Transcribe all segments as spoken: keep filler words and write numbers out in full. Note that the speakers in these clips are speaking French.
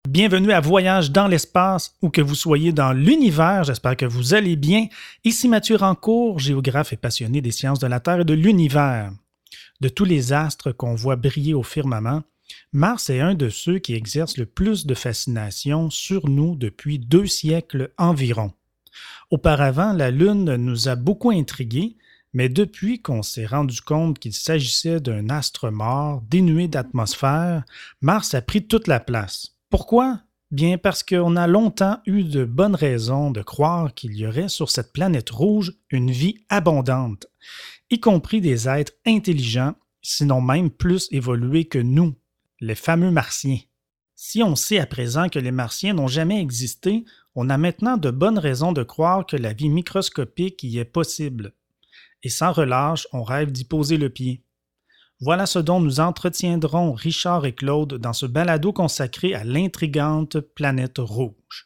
Bienvenue à Voyage dans l'espace, où que vous soyez dans l'univers, j'espère que vous allez bien. Ici Mathieu Rancourt, géographe et passionné des sciences de la Terre et de l'univers. De tous les astres qu'on voit briller au firmament, Mars est un de ceux qui exercent le plus de fascination sur nous depuis deux siècles environ. Auparavant, la Lune nous a beaucoup intrigués, mais depuis qu'on s'est rendu compte qu'il s'agissait d'un astre mort, dénué d'atmosphère, Mars a pris toute la place. Pourquoi? Bien parce qu'on a longtemps eu de bonnes raisons de croire qu'il y aurait sur cette planète rouge une vie abondante, y compris des êtres intelligents, sinon même plus évolués que nous, les fameux Martiens. Si on sait à présent que les Martiens n'ont jamais existé, on a maintenant de bonnes raisons de croire que la vie microscopique y est possible. Et sans relâche, on rêve d'y poser le pied. Voilà ce dont nous entretiendrons Richard et Claude dans ce balado consacré à l'intrigante planète rouge.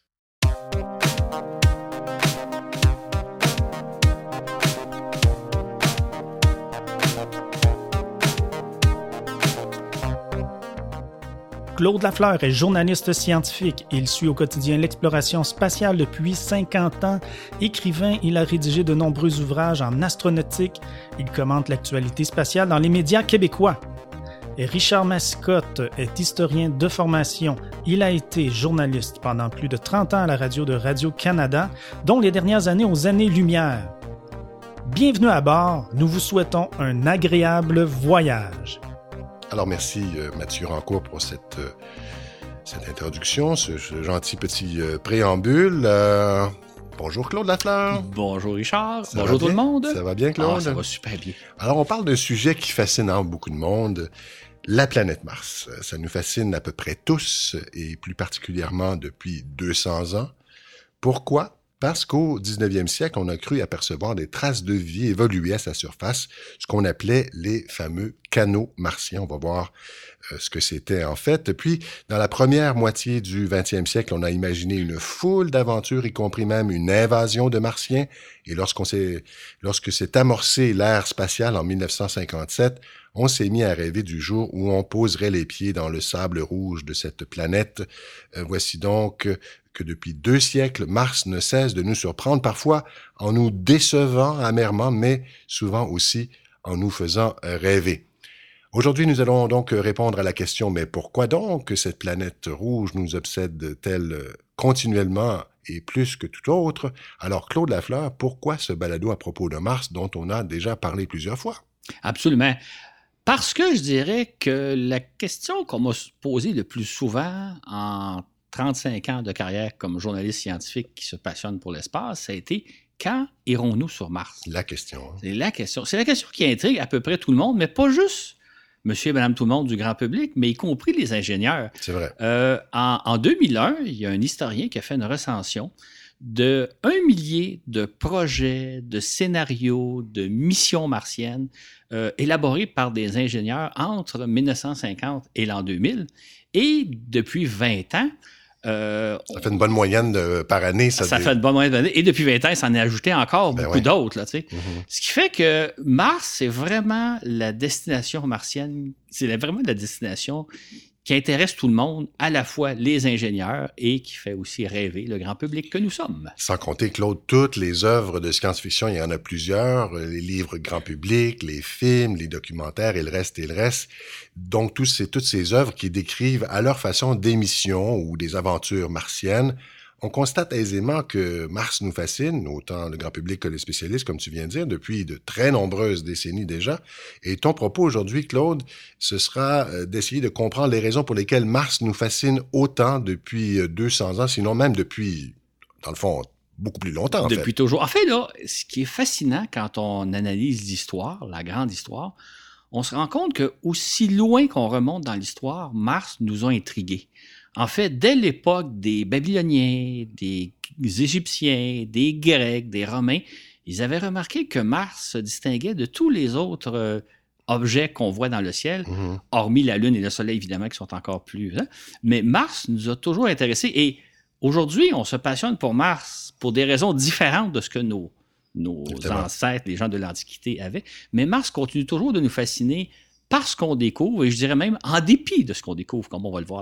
Claude Lafleur est journaliste scientifique. Il suit au quotidien l'exploration spatiale depuis cinquante ans. Écrivain, il a rédigé de nombreux ouvrages en astronautique. Il commente l'actualité spatiale dans les médias québécois. Et Richard Mascotte est historien de formation. Il a été journaliste pendant plus de trente ans à la radio de Radio-Canada, dont les dernières années aux Années-Lumière. Bienvenue à bord. Nous vous souhaitons un agréable voyage. Alors, merci euh, Mathieu Rancourt pour cette, euh, cette introduction, ce, ce gentil petit euh, préambule. Euh, bonjour Claude Lafleur. Bonjour Richard. Ça bonjour tout le monde. Ça va bien Claude? Ah, ça va super bien. Alors, on parle d'un sujet qui fascine beaucoup de monde, la planète Mars. Ça nous fascine à peu près tous, et plus particulièrement depuis deux cents ans. Pourquoi? Parce qu'au dix-neuvième siècle, on a cru apercevoir des traces de vie évoluer à sa surface, ce qu'on appelait les fameux canaux martiens. On va voir euh, ce que c'était en fait. Puis, dans la première moitié du vingtième siècle, on a imaginé une foule d'aventures, y compris même une invasion de martiens. Et lorsqu'on s'est, lorsque s'est amorcé l'ère spatiale en dix-neuf cent cinquante-sept, on s'est mis à rêver du jour où on poserait les pieds dans le sable rouge de cette planète. Euh, voici donc que depuis deux siècles, Mars ne cesse de nous surprendre, parfois en nous décevant amèrement, mais souvent aussi en nous faisant rêver. Aujourd'hui, nous allons donc répondre à la question, mais pourquoi donc cette planète rouge nous obsède-t-elle continuellement et plus que tout autre? Alors, Claude Lafleur, pourquoi ce balado à propos de Mars dont on a déjà parlé plusieurs fois? Absolument. Parce que je dirais que la question qu'on m'a posée le plus souvent en trente-cinq ans de carrière comme journaliste scientifique qui se passionne pour l'espace, ça a été « Quand irons-nous sur Mars? » La question. Hein? C'est la question. C'est la question qui intrigue à peu près tout le monde, mais pas juste monsieur et madame tout le monde du grand public, mais y compris les ingénieurs. C'est vrai. Euh, en, en deux mille un, il y a un historien qui a fait une recension de un millier de projets, de scénarios, de missions martiennes euh, élaborés par des ingénieurs entre dix-neuf cent cinquante et l'an deux mille. Et depuis vingt ans, Euh, ça fait une bonne moyenne de, par année. Ça, ça dé... fait une bonne moyenne d'année. Et depuis vingt ans, il s'en est ajouté encore ben beaucoup ouais. d'autres. Là, tu sais. Mm-hmm. Ce qui fait que Mars, c'est vraiment la destination martienne. C'est vraiment la destination qui intéresse tout le monde, à la fois les ingénieurs et qui fait aussi rêver le grand public que nous sommes. Sans compter, Claude, toutes les œuvres de science-fiction, il y en a plusieurs, les livres grand public, les films, les documentaires et le reste et le reste. Donc, tous ces, toutes ces œuvres qui décrivent à leur façon des missions ou des aventures martiennes. On constate aisément que Mars nous fascine, autant le grand public que les spécialistes, comme tu viens de dire, depuis de très nombreuses décennies déjà. Et ton propos aujourd'hui, Claude, ce sera d'essayer de comprendre les raisons pour lesquelles Mars nous fascine autant depuis deux cents ans, sinon même depuis, dans le fond, beaucoup plus longtemps, en Depuis fait. toujours. En fait, là, ce qui est fascinant quand on analyse l'histoire, la grande histoire, on se rend compte que aussi loin qu'on remonte dans l'histoire, Mars nous a intrigués. En fait, dès l'époque des Babyloniens, des Égyptiens, des Grecs, des Romains, ils avaient remarqué que Mars se distinguait de tous les autres euh, objets qu'on voit dans le ciel, mm-hmm. hormis la Lune et le Soleil, évidemment, qui sont encore plus... Hein? Mais Mars nous a toujours intéressés. Et aujourd'hui, on se passionne pour Mars pour des raisons différentes de ce que nos, nos ancêtres, les gens de l'Antiquité, avaient. Mais Mars continue toujours de nous fasciner parce qu'on découvre, et je dirais même en dépit de ce qu'on découvre, comme on va le voir dans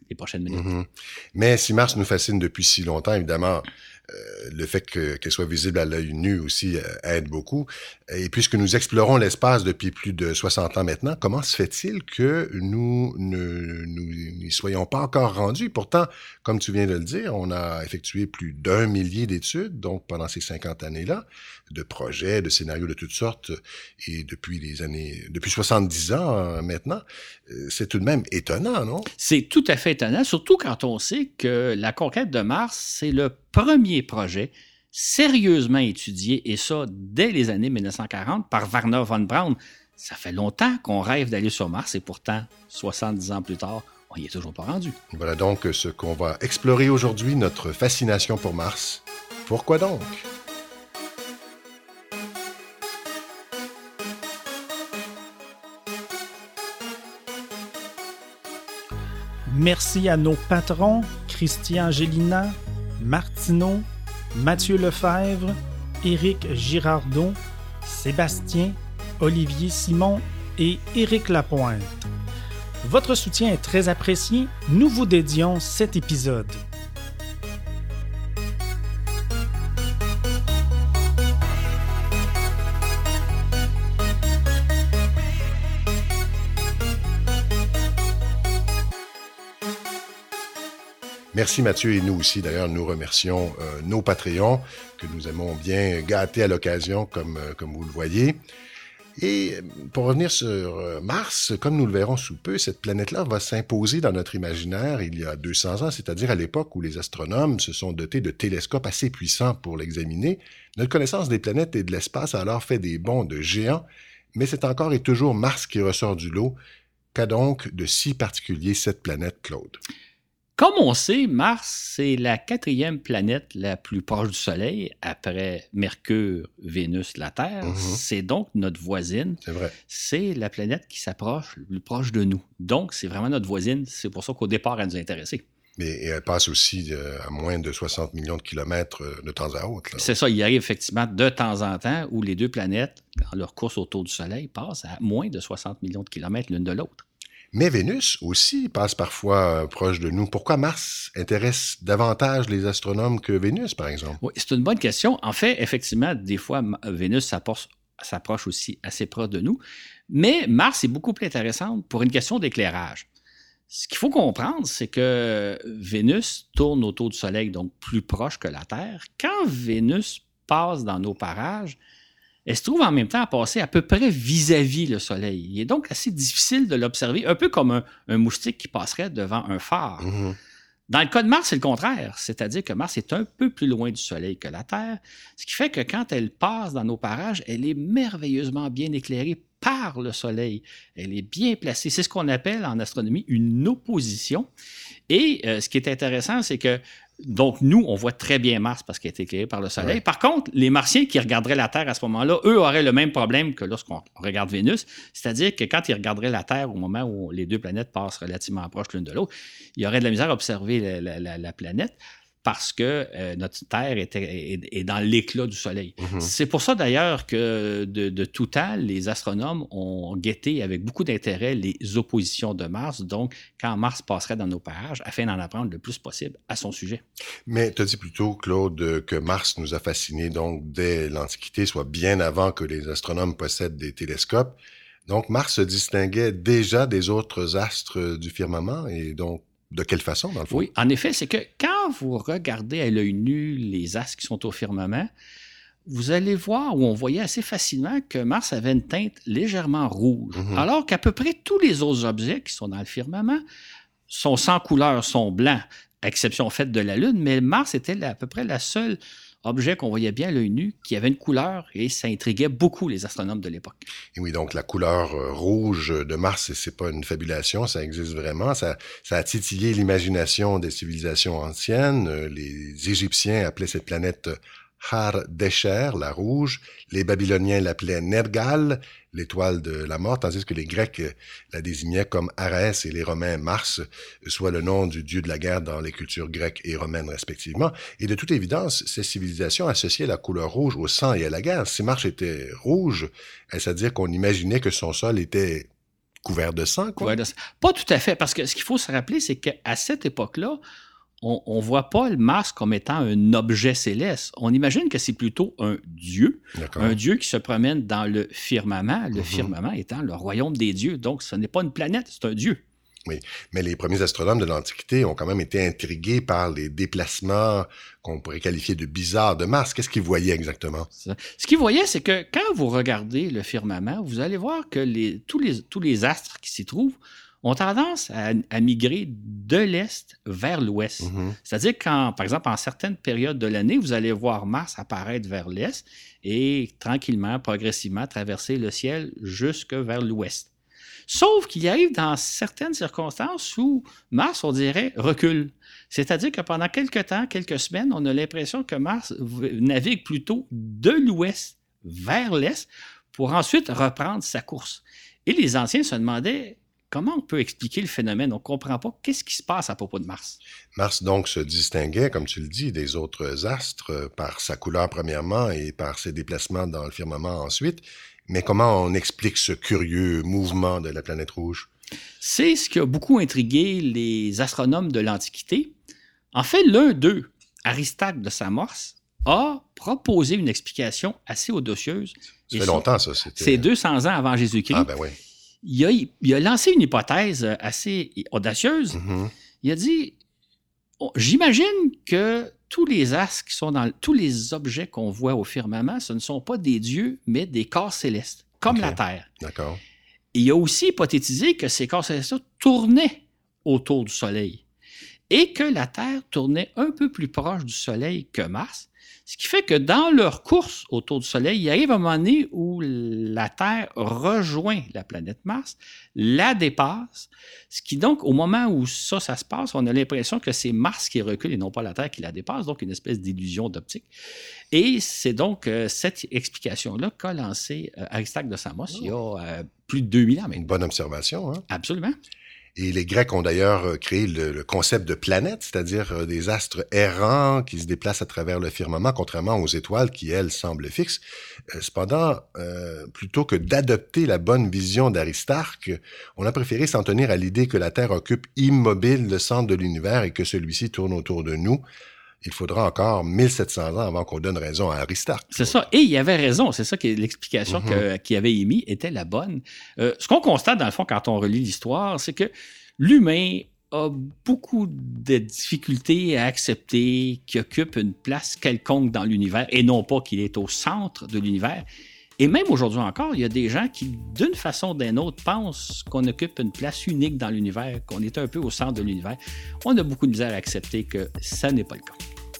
les prochaines minutes. Mm-hmm. Mais si Mars nous fascine depuis si longtemps, évidemment, euh, le fait que, qu'elle soit visible à l'œil nu aussi euh, aide beaucoup. Et puisque nous explorons l'espace depuis plus de soixante ans maintenant, comment se fait-il que nous ne nous n'y soyons pas encore rendus? Pourtant, comme tu viens de le dire, on a effectué plus d'un millier d'études, donc pendant ces cinquante années-là, de projets, de scénarios de toutes sortes, et depuis les années, depuis soixante-dix ans euh, maintenant, euh, c'est tout de même étonnant, non? C'est tout à fait étonnant, surtout quand on sait que la conquête de Mars, c'est le premier projet sérieusement étudié, et ça dès les années mille neuf cent quarante, par Wernher von Braun. Ça fait longtemps qu'on rêve d'aller sur Mars, et pourtant, soixante-dix ans plus tard, on n'y est toujours pas rendu. Voilà donc ce qu'on va explorer aujourd'hui, notre fascination pour Mars. Pourquoi donc? Merci à nos patrons, Christian Gélina, Martineau, Mathieu Lefebvre, Éric Girardot, Sébastien, Olivier Simon et Éric Lapointe. Votre soutien est très apprécié. Nous vous dédions cet épisode. Merci Mathieu, et nous aussi d'ailleurs nous remercions euh, nos Patreons que nous aimons bien gâter à l'occasion comme, euh, comme vous le voyez. Et pour revenir sur euh, Mars, comme nous le verrons sous peu, cette planète-là va s'imposer dans notre imaginaire il y a deux cents ans, c'est-à-dire à l'époque où les astronomes se sont dotés de télescopes assez puissants pour l'examiner. Notre connaissance des planètes et de l'espace a alors fait des bonds de géants, mais c'est encore et toujours Mars qui ressort du lot. Qu'a donc de si particulier cette planète, Claude? Comme on sait, Mars, c'est la quatrième planète la plus proche du Soleil, après Mercure, Vénus, la Terre. Mm-hmm. C'est donc notre voisine. C'est vrai. C'est la planète qui s'approche le plus proche de nous. Donc, c'est vraiment notre voisine. C'est pour ça qu'au départ, elle nous a intéressés. Mais elle passe aussi euh, à moins de soixante millions de kilomètres euh, de temps à autre. Là. C'est ça. Il arrive effectivement de temps en temps où les deux planètes, dans leur course autour du Soleil, passent à moins de soixante millions de kilomètres l'une de l'autre. Mais Vénus aussi passe parfois euh, proche de nous. Pourquoi Mars intéresse davantage les astronomes que Vénus, par exemple? Oui, c'est une bonne question. En fait, effectivement, des fois, Vénus s'approche, s'approche aussi assez proche de nous. Mais Mars est beaucoup plus intéressante pour une question d'éclairage. Ce qu'il faut comprendre, c'est que Vénus tourne autour du Soleil, donc plus proche que la Terre. Quand Vénus passe dans nos parages, elle se trouve en même temps à passer à peu près vis-à-vis le Soleil. Il est donc assez difficile de l'observer, un peu comme un, un moustique qui passerait devant un phare. Mmh. Dans le cas de Mars, c'est le contraire, c'est-à-dire que Mars est un peu plus loin du Soleil que la Terre, ce qui fait que quand elle passe dans nos parages, elle est merveilleusement bien éclairée par le Soleil. Elle est bien placée. C'est ce qu'on appelle en astronomie une opposition. Et euh, ce qui est intéressant, c'est que donc, nous, on voit très bien Mars parce qu'elle est éclairée par le Soleil. Ouais. Par contre, les Martiens qui regarderaient la Terre à ce moment-là, eux auraient le même problème que lorsqu'on regarde Vénus. C'est-à-dire que quand ils regarderaient la Terre au moment où les deux planètes passent relativement proches l'une de l'autre, il y aurait de la misère à observer la, la, la, la planète parce que euh, notre Terre est, est, est dans l'éclat du Soleil. Mm-hmm. C'est pour ça, d'ailleurs, que de, de tout temps, les astronomes ont guetté avec beaucoup d'intérêt les oppositions de Mars, donc quand Mars passerait dans nos parages, afin d'en apprendre le plus possible à son sujet. Mais tu as dit plutôt, Claude, que Mars nous a fascinés donc dès l'Antiquité, soit bien avant que les astronomes possèdent des télescopes. Donc, Mars se distinguait déjà des autres astres du firmament, et donc de quelle façon, dans le fond? Oui, en effet, c'est que quand vous regardez à l'œil nu les astres qui sont au firmament, vous allez voir, ou on voyait assez facilement, que Mars avait une teinte légèrement rouge, mm-hmm. alors qu'à peu près tous les autres objets qui sont dans le firmament sont sans couleur, sont blancs, à exception faite de la Lune, mais Mars était à peu près la seule objet qu'on voyait bien à l'œil nu, qui avait une couleur, et ça intriguait beaucoup les astronomes de l'époque. Et oui, donc la couleur euh, rouge de Mars, c'est pas une fabulation, ça existe vraiment. Ça, ça a titillé l'imagination des civilisations anciennes. Euh, les Égyptiens appelaient cette planète Har Desher, la rouge. Les Babyloniens l'appelaient Nergal, l'étoile de la mort, tandis que les Grecs la désignaient comme Arès et les Romains Mars, soit le nom du dieu de la guerre dans les cultures grecques et romaines respectivement. Et de toute évidence, ces civilisations associaient la couleur rouge au sang et à la guerre. Si Mars était rouge, c'est-à-dire qu'on imaginait que son sol était couvert de sang, quoi. Couvert de sang. Pas tout à fait, parce que ce qu'il faut se rappeler, c'est qu'à cette époque-là, on ne voit pas le Mars comme étant un objet céleste. On imagine que c'est plutôt un dieu, D'accord. un dieu qui se promène dans le firmament, le Mhm. firmament étant le royaume des dieux. Donc, ce n'est pas une planète, c'est un dieu. Oui, mais les premiers astronomes de l'Antiquité ont quand même été intrigués par les déplacements qu'on pourrait qualifier de bizarres de Mars. Qu'est-ce qu'ils voyaient exactement? Ça. Ce qu'ils voyaient, c'est que quand vous regardez le firmament, vous allez voir que les, tous, les, tous les astres qui s'y trouvent ont tendance à, à migrer de l'Est vers l'Ouest. Mm-hmm. C'est-à-dire qu'en, par exemple, en certaines périodes de l'année, vous allez voir Mars apparaître vers l'Est et tranquillement, progressivement, traverser le ciel jusque vers l'Ouest. Sauf qu'il arrive dans certaines circonstances où Mars, on dirait, recule. C'est-à-dire que pendant quelques temps, quelques semaines, on a l'impression que Mars navigue plutôt de l'Ouest vers l'Est pour ensuite reprendre sa course. Et les anciens se demandaient comment on peut expliquer le phénomène? On ne comprend pas. Qu'est-ce qui se passe à propos de Mars? Mars, donc, se distinguait, comme tu le dis, des autres astres par sa couleur, premièrement, et par ses déplacements dans le firmament ensuite. Mais comment on explique ce curieux mouvement de la planète rouge? C'est ce qui a beaucoup intrigué les astronomes de l'Antiquité. En fait, l'un d'eux, Aristarque de Samos, a proposé une explication assez audacieuse. Ça fait longtemps, ça. C'était... C'est deux cents ans avant Jésus-Christ. Ah, ben oui. Il a, il a lancé une hypothèse assez audacieuse. Mm-hmm. Il a dit, oh, j'imagine que tous les astres qui sont dans tous les objets qu'on voit au firmament, ce ne sont pas des dieux, mais des corps célestes, comme okay. la Terre. D'accord. Et il a aussi hypothétisé que ces corps célestes tournaient autour du Soleil et que la Terre tournait un peu plus proche du Soleil que Mars. Ce qui fait que dans leur course autour du Soleil, il arrive un moment donné où la Terre rejoint la planète Mars, la dépasse, ce qui donc, au moment où ça, ça se passe, on a l'impression que c'est Mars qui recule et non pas la Terre qui la dépasse, donc une espèce d'illusion d'optique. Et c'est donc euh, cette explication-là qu'a lancé euh, Aristarque de Samos oh. il y a euh, plus de deux mille ans maintenant. Une bonne observation, hein? Absolument. Et les Grecs ont d'ailleurs créé le, le concept de planète, c'est-à-dire des astres errants qui se déplacent à travers le firmament, contrairement aux étoiles qui, elles, semblent fixes. Euh, cependant, euh, plutôt que d'adopter la bonne vision d'Aristarque, on a préféré s'en tenir à l'idée que la Terre occupe immobile le centre de l'univers et que celui-ci tourne autour de nous. Il faudra encore mille sept cents ans avant qu'on donne raison à Aristarque. C'est ça. Et il avait raison. C'est ça que l'explication Mm-hmm. que, qu'il avait émise était la bonne. Euh, ce qu'on constate, dans le fond, quand on relit l'histoire, c'est que l'humain a beaucoup de difficultés à accepter qu'il occupe une place quelconque dans l'univers et non pas qu'il est au centre de l'univers. Et même aujourd'hui encore, il y a des gens qui, d'une façon ou d'une autre, pensent qu'on occupe une place unique dans l'univers, qu'on est un peu au centre de l'univers. On a beaucoup de misère à accepter que ça n'est pas le cas.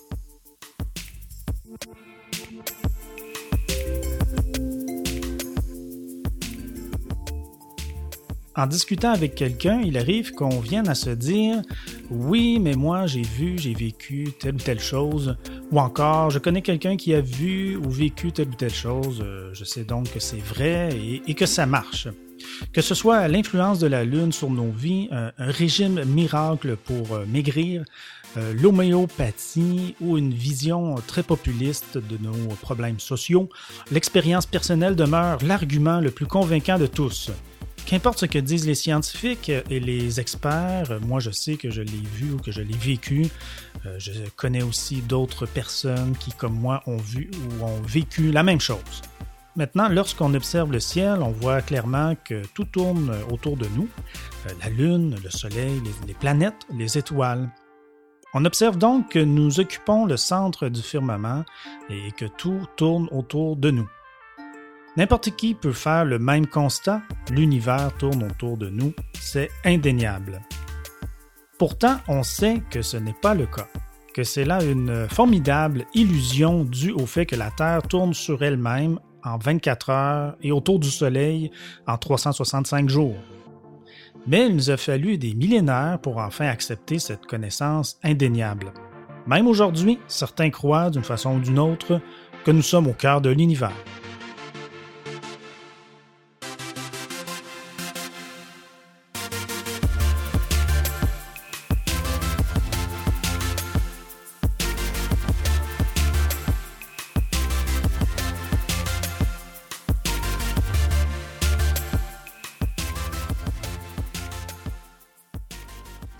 En discutant avec quelqu'un, il arrive qu'on vienne à se dire « Oui, mais moi, j'ai vu, j'ai vécu telle ou telle chose. » Ou encore « Je connais quelqu'un qui a vu ou vécu telle ou telle chose. Je sais donc que c'est vrai et, et que ça marche. » Que ce soit l'influence de la Lune sur nos vies, un, un régime miracle pour euh, maigrir, euh, l'homéopathie ou une vision très populiste de nos problèmes sociaux, l'expérience personnelle demeure l'argument le plus convaincant de tous. Qu'importe ce que disent les scientifiques et les experts, moi je sais que je l'ai vu ou que je l'ai vécu. Euh, je connais aussi d'autres personnes qui, comme moi, ont vu ou ont vécu la même chose. Maintenant, lorsqu'on observe le ciel, on voit clairement que tout tourne autour de nous. Euh, la Lune, le Soleil, les, les planètes, les étoiles. On observe donc que nous occupons le centre du firmament et que tout tourne autour de nous. N'importe qui peut faire le même constat, l'univers tourne autour de nous, c'est indéniable. Pourtant, on sait que ce n'est pas le cas, que c'est là une formidable illusion due au fait que la Terre tourne sur elle-même en vingt-quatre heures et autour du Soleil en trois cent soixante-cinq jours. Mais il nous a fallu des millénaires pour enfin accepter cette connaissance indéniable. Même aujourd'hui, certains croient d'une façon ou d'une autre que nous sommes au cœur de l'univers.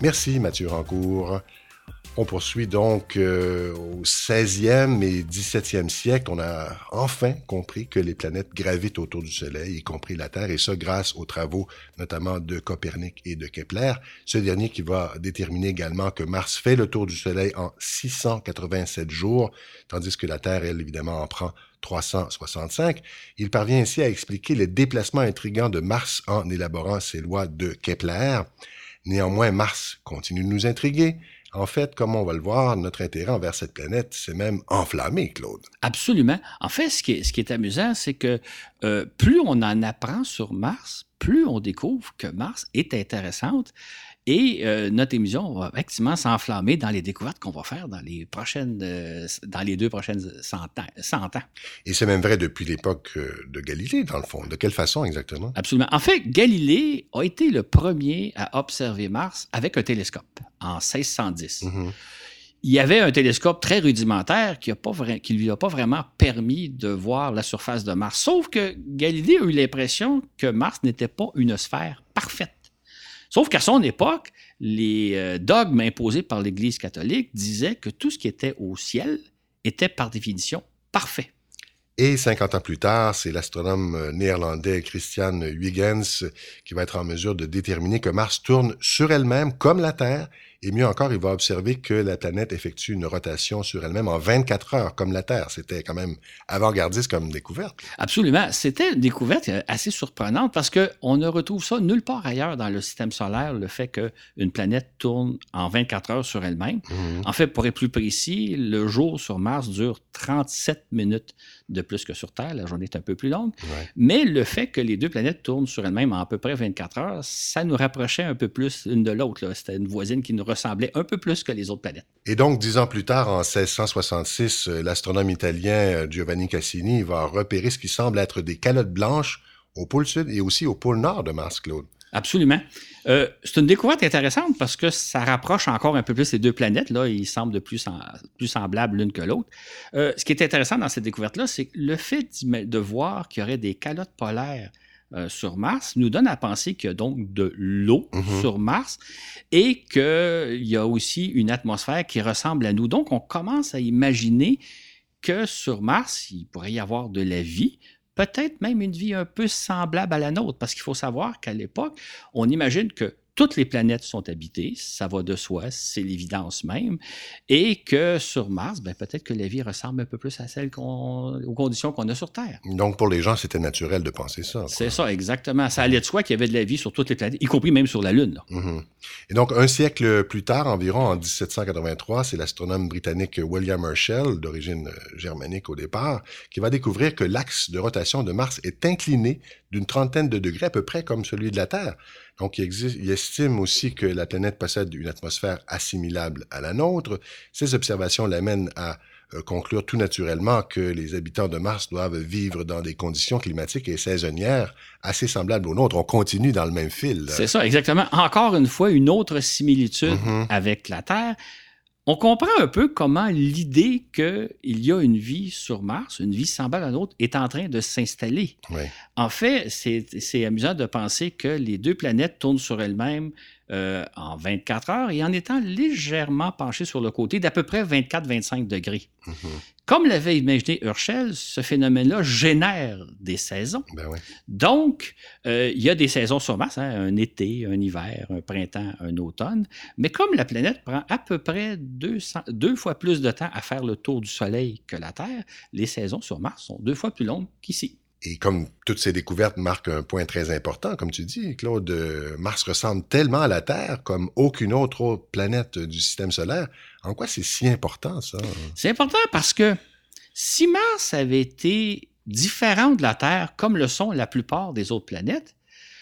Merci Mathieu Rancourt. On poursuit donc euh, au seizième et dix-septième siècle. On a enfin compris que les planètes gravitent autour du Soleil, y compris la Terre, et ça grâce aux travaux notamment de Copernic et de Kepler. Ce dernier qui va déterminer également que Mars fait le tour du Soleil en six cent quatre-vingt-sept jours, tandis que la Terre, elle, évidemment, en prend trois cent soixante-cinq. Il parvient ainsi à expliquer les déplacements intrigants de Mars en élaborant ses lois de Kepler. Néanmoins, Mars continue de nous intriguer. En fait, comme on va le voir, notre intérêt envers cette planète s'est même enflammé, Claude. Absolument. En fait, ce qui est, ce qui est amusant, c'est que euh, plus on en apprend sur Mars, plus on découvre que Mars est intéressante. Et euh, notre émission va effectivement s'enflammer dans les découvertes qu'on va faire dans les prochaines, euh, dans les deux prochaines cent ans, cent ans. Et c'est même vrai depuis l'époque de Galilée, dans le fond. De quelle façon exactement? Absolument. En fait, Galilée a été le premier à observer Mars avec un télescope en seize cent dix. Mm-hmm. Il y avait un télescope très rudimentaire qui ne lui a pas vraiment permis de voir la surface de Mars. Sauf que Galilée a eu l'impression que Mars n'était pas une sphère parfaite. Sauf qu'à son époque, les euh, dogmes imposés par l'Église catholique disaient que tout ce qui était au ciel était par définition parfait. Et cinquante ans plus tard, c'est l'astronome néerlandais Christian Huygens qui va être en mesure de déterminer que Mars tourne sur elle-même comme la Terre. Et mieux encore, il va observer que la planète effectue une rotation sur elle-même en vingt-quatre heures, comme la Terre. C'était quand même avant-gardiste comme découverte. Absolument. C'était une découverte assez surprenante parce qu'on ne retrouve ça nulle part ailleurs dans le système solaire, le fait qu'une planète tourne en vingt-quatre heures sur elle-même. Mmh. En fait, pour être plus précis, le jour sur Mars dure trente-sept minutes de plus que sur Terre. La journée est un peu plus longue. Ouais. Mais le fait que les deux planètes tournent sur elles-mêmes en à peu près vingt-quatre heures, ça nous rapprochait un peu plus l'une de l'autre, là. C'était une voisine qui nous ressemblait un peu plus que les autres planètes. Et donc, dix ans plus tard, en seize cent soixante-six, l'astronome italien Giovanni Cassini va repérer ce qui semble être des calottes blanches au pôle sud et aussi au pôle nord de Mars, Claude. Absolument. Euh, c'est une découverte intéressante parce que ça rapproche encore un peu plus les deux planètes. Là, ils semblent de plus, en, plus semblables l'une que l'autre. Euh, ce qui est intéressant dans cette découverte-là, c'est que le fait de voir qu'il y aurait des calottes polaires euh, sur Mars nous donne à penser qu'il y a donc de l'eau mm-hmm. sur Mars et qu'il y a aussi une atmosphère qui ressemble à nous. Donc, on commence à imaginer que sur Mars, il pourrait y avoir de la vie. Peut-être même une vie un peu semblable à la nôtre, parce qu'il faut savoir qu'à l'époque, on imagine que toutes les planètes sont habitées, ça va de soi, c'est l'évidence même, et que sur Mars, ben, peut-être que la vie ressemble un peu plus à celle qu'on, aux conditions qu'on a sur Terre. Donc, pour les gens, c'était naturel de penser ça. Quoi. C'est ça, exactement. Ça allait de soi qu'il y avait de la vie sur toutes les planètes, y compris même sur la Lune. Là. Mm-hmm. Et donc, un siècle plus tard, environ en dix-sept cent quatre-vingt-trois, c'est l'astronome britannique William Herschel, d'origine germanique au départ, qui va découvrir que l'axe de rotation de Mars est incliné d'une trentaine de degrés, à peu près comme celui de la Terre. Donc, il, existe, il estime aussi que la planète possède une atmosphère assimilable à la nôtre. Ces observations l'amènent à euh, conclure tout naturellement que les habitants de Mars doivent vivre dans des conditions climatiques et saisonnières assez semblables aux nôtres. On continue dans le même fil. Là. C'est ça, exactement. Encore une fois, une autre similitude mm-hmm. avec la Terre. On comprend un peu comment l'idée qu'il y a une vie sur Mars, une vie semblable à la nôtre, est en train de s'installer. Oui. En fait, c'est, c'est amusant de penser que les deux planètes tournent sur elles-mêmes euh, en vingt-quatre heures et en étant légèrement penchées sur le côté d'à peu près vingt-quatre à vingt-cinq degrés. Mm-hmm. Comme l'avait imaginé Herschel, ce phénomène-là génère des saisons. Ben oui. Donc, euh, il y a des saisons sur Mars, hein, un été, un hiver, un printemps, un automne. Mais comme la planète prend à peu près deux cents, deux fois plus de temps à faire le tour du Soleil que la Terre, les saisons sur Mars sont deux fois plus longues qu'ici. Et comme toutes ces découvertes marquent un point très important, comme tu dis, Claude, euh, Mars ressemble tellement à la Terre comme aucune autre, autre planète du système solaire. En quoi c'est si important, ça? C'est important parce que si Mars avait été différent de la Terre, comme le sont la plupart des autres planètes,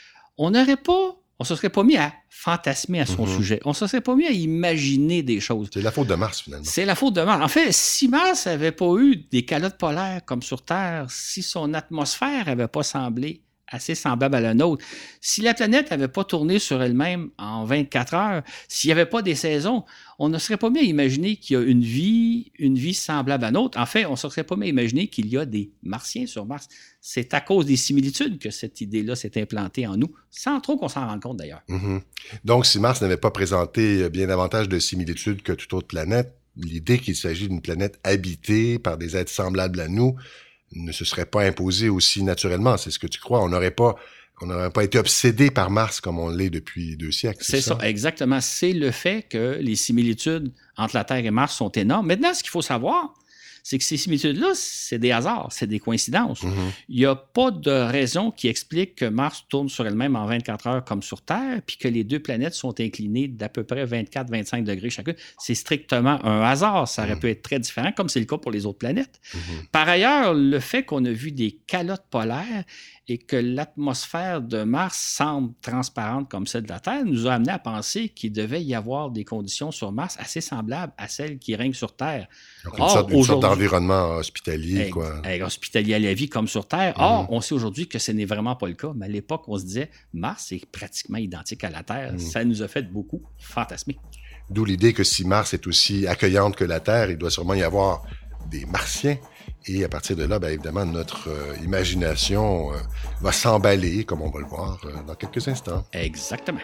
on n'aurait pas, on se serait pas mis à fantasmer à son mm-hmm. sujet. On se serait pas mis à imaginer des choses. C'est la faute de Mars, finalement. C'est la faute de Mars. En fait, si Mars n'avait pas eu des calottes polaires comme sur Terre, si son atmosphère n'avait pas semblé assez semblable à la nôtre. Si la planète n'avait pas tourné sur elle-même en vingt-quatre heures, s'il n'y avait pas des saisons, on ne serait pas mis à imaginer qu'il y a une vie, une vie semblable à nôtre. En fait, on ne serait pas mis à imaginer qu'il y a des Martiens sur Mars. C'est à cause des similitudes que cette idée-là s'est implantée en nous, sans trop qu'on s'en rende compte d'ailleurs. Mm-hmm. Donc, si Mars n'avait pas présenté bien davantage de similitudes que toute autre planète, l'idée qu'il s'agit d'une planète habitée par des êtres semblables à nous ne se serait pas imposée aussi naturellement. C'est ce que tu crois. On n'aurait pas, on n'aurait pas été obsédé par Mars comme on l'est depuis deux siècles. C'est, c'est ça? ça, exactement. C'est le fait que les similitudes entre la Terre et Mars sont énormes. Maintenant, ce qu'il faut savoir, c'est que ces similitudes-là, c'est des hasards, c'est des coïncidences. Mm-hmm. Il n'y a pas de raison qui explique que Mars tourne sur elle-même en vingt-quatre heures comme sur Terre, puis que les deux planètes sont inclinées d'à peu près vingt-quatre à vingt-cinq degrés chacune. C'est strictement un hasard. Ça aurait mm-hmm. pu être très différent, comme c'est le cas pour les autres planètes. Mm-hmm. Par ailleurs, le fait qu'on a vu des calottes polaires et que l'atmosphère de Mars semble transparente comme celle de la Terre nous a amené à penser qu'il devait y avoir des conditions sur Mars assez semblables à celles qui règnent sur Terre. Donc, une, Or, sorte, une sorte d'environnement hospitalier. Hey, quoi. Hey, hospitalier à la vie comme sur Terre. Mm-hmm. Or, on sait aujourd'hui que ce n'est vraiment pas le cas, mais à l'époque, on se disait Mars est pratiquement identique à la Terre. Mm-hmm. Ça nous a fait beaucoup fantasmer. D'où l'idée que si Mars est aussi accueillante que la Terre, il doit sûrement y avoir des Martiens. Et à partir de là, bien évidemment, notre euh, imagination euh, va s'emballer, comme on va le voir euh, dans quelques instants. Exactement.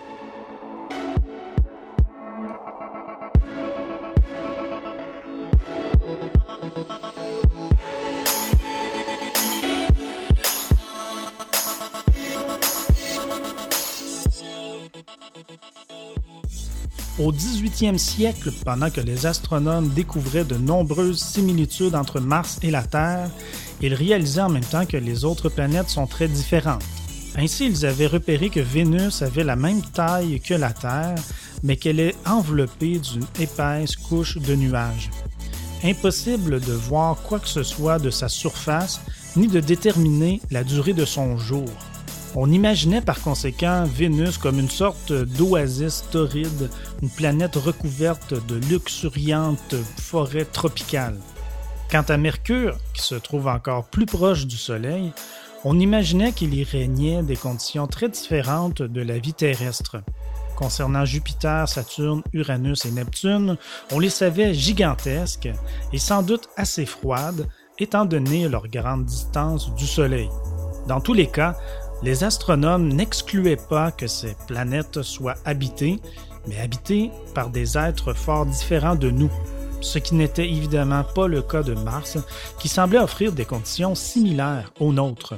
Au dix-huitième siècle, pendant que les astronomes découvraient de nombreuses similitudes entre Mars et la Terre, ils réalisaient en même temps que les autres planètes sont très différentes. Ainsi, ils avaient repéré que Vénus avait la même taille que la Terre, mais qu'elle est enveloppée d'une épaisse couche de nuages. Impossible de voir quoi que ce soit de sa surface, ni de déterminer la durée de son jour. On imaginait par conséquent Vénus comme une sorte d'oasis torride, une planète recouverte de luxuriantes forêts tropicales. Quant à Mercure, qui se trouve encore plus proche du Soleil, on imaginait qu'il y régnait des conditions très différentes de la vie terrestre. Concernant Jupiter, Saturne, Uranus et Neptune, on les savait gigantesques et sans doute assez froides, étant donné leur grande distance du Soleil. Dans tous les cas, les astronomes n'excluaient pas que ces planètes soient habitées, mais habitées par des êtres fort différents de nous, ce qui n'était évidemment pas le cas de Mars, qui semblait offrir des conditions similaires aux nôtres.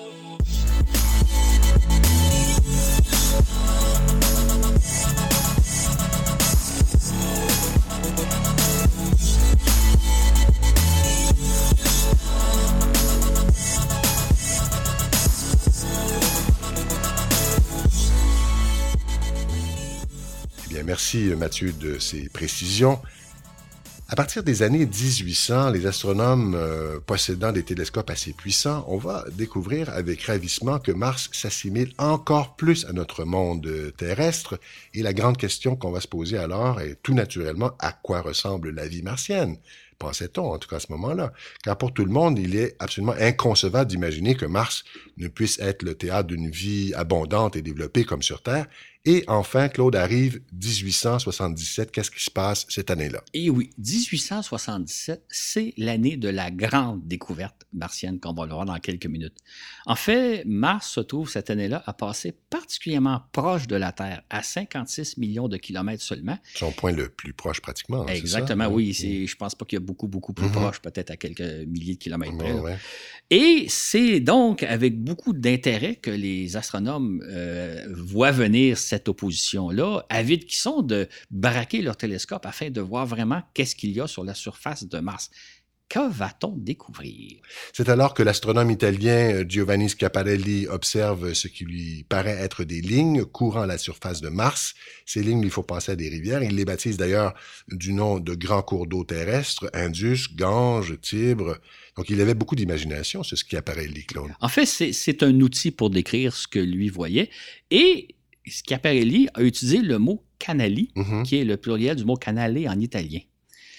Merci Mathieu de ces précisions. À partir des années dix-huit cents, les astronomes euh, possédant des télescopes assez puissants, on va découvrir avec ravissement que Mars s'assimile encore plus à notre monde terrestre. Et la grande question qu'on va se poser alors est tout naturellement à quoi ressemble la vie martienne, pensait-on en tout cas à ce moment-là. Car pour tout le monde, il est absolument inconcevable d'imaginer que Mars ne puisse être le théâtre d'une vie abondante et développée comme sur Terre. Et enfin, Claude, arrive dix-huit cent soixante-dix-sept. Qu'est-ce qui se passe cette année-là? Et oui, dix-huit cent soixante-dix-sept, c'est l'année de la grande découverte martienne qu'on va le voir dans quelques minutes. En fait, Mars se trouve cette année-là à passer particulièrement proche de la Terre, à cinquante-six millions de kilomètres seulement. Son point le plus proche pratiquement. Exactement, c'est ça? oui. C'est, je pense pas qu'il y a beaucoup, beaucoup plus mm-hmm. proche, peut-être à quelques milliers de kilomètres près. Ouais, ouais. Et c'est donc avec beaucoup d'intérêt que les astronomes euh, voient venir cette opposition-là, avides qu'ils sont de braquer leur télescope afin de voir vraiment qu'est-ce qu'il y a sur la surface de Mars. Que va-t-on découvrir? C'est alors que l'astronome italien Giovanni Schiaparelli observe ce qui lui paraît être des lignes courant à la surface de Mars. Ces lignes, il faut penser à des rivières. Il les baptise d'ailleurs du nom de grands cours d'eau terrestres, Indus, Gange, Tibre. Donc, il avait beaucoup d'imagination, ce Schiaparelli, Claude. En fait, c'est, c'est un outil pour décrire ce que lui voyait. Et Schiaparelli a utilisé le mot canali, mm-hmm. qui est le pluriel du mot canale en italien.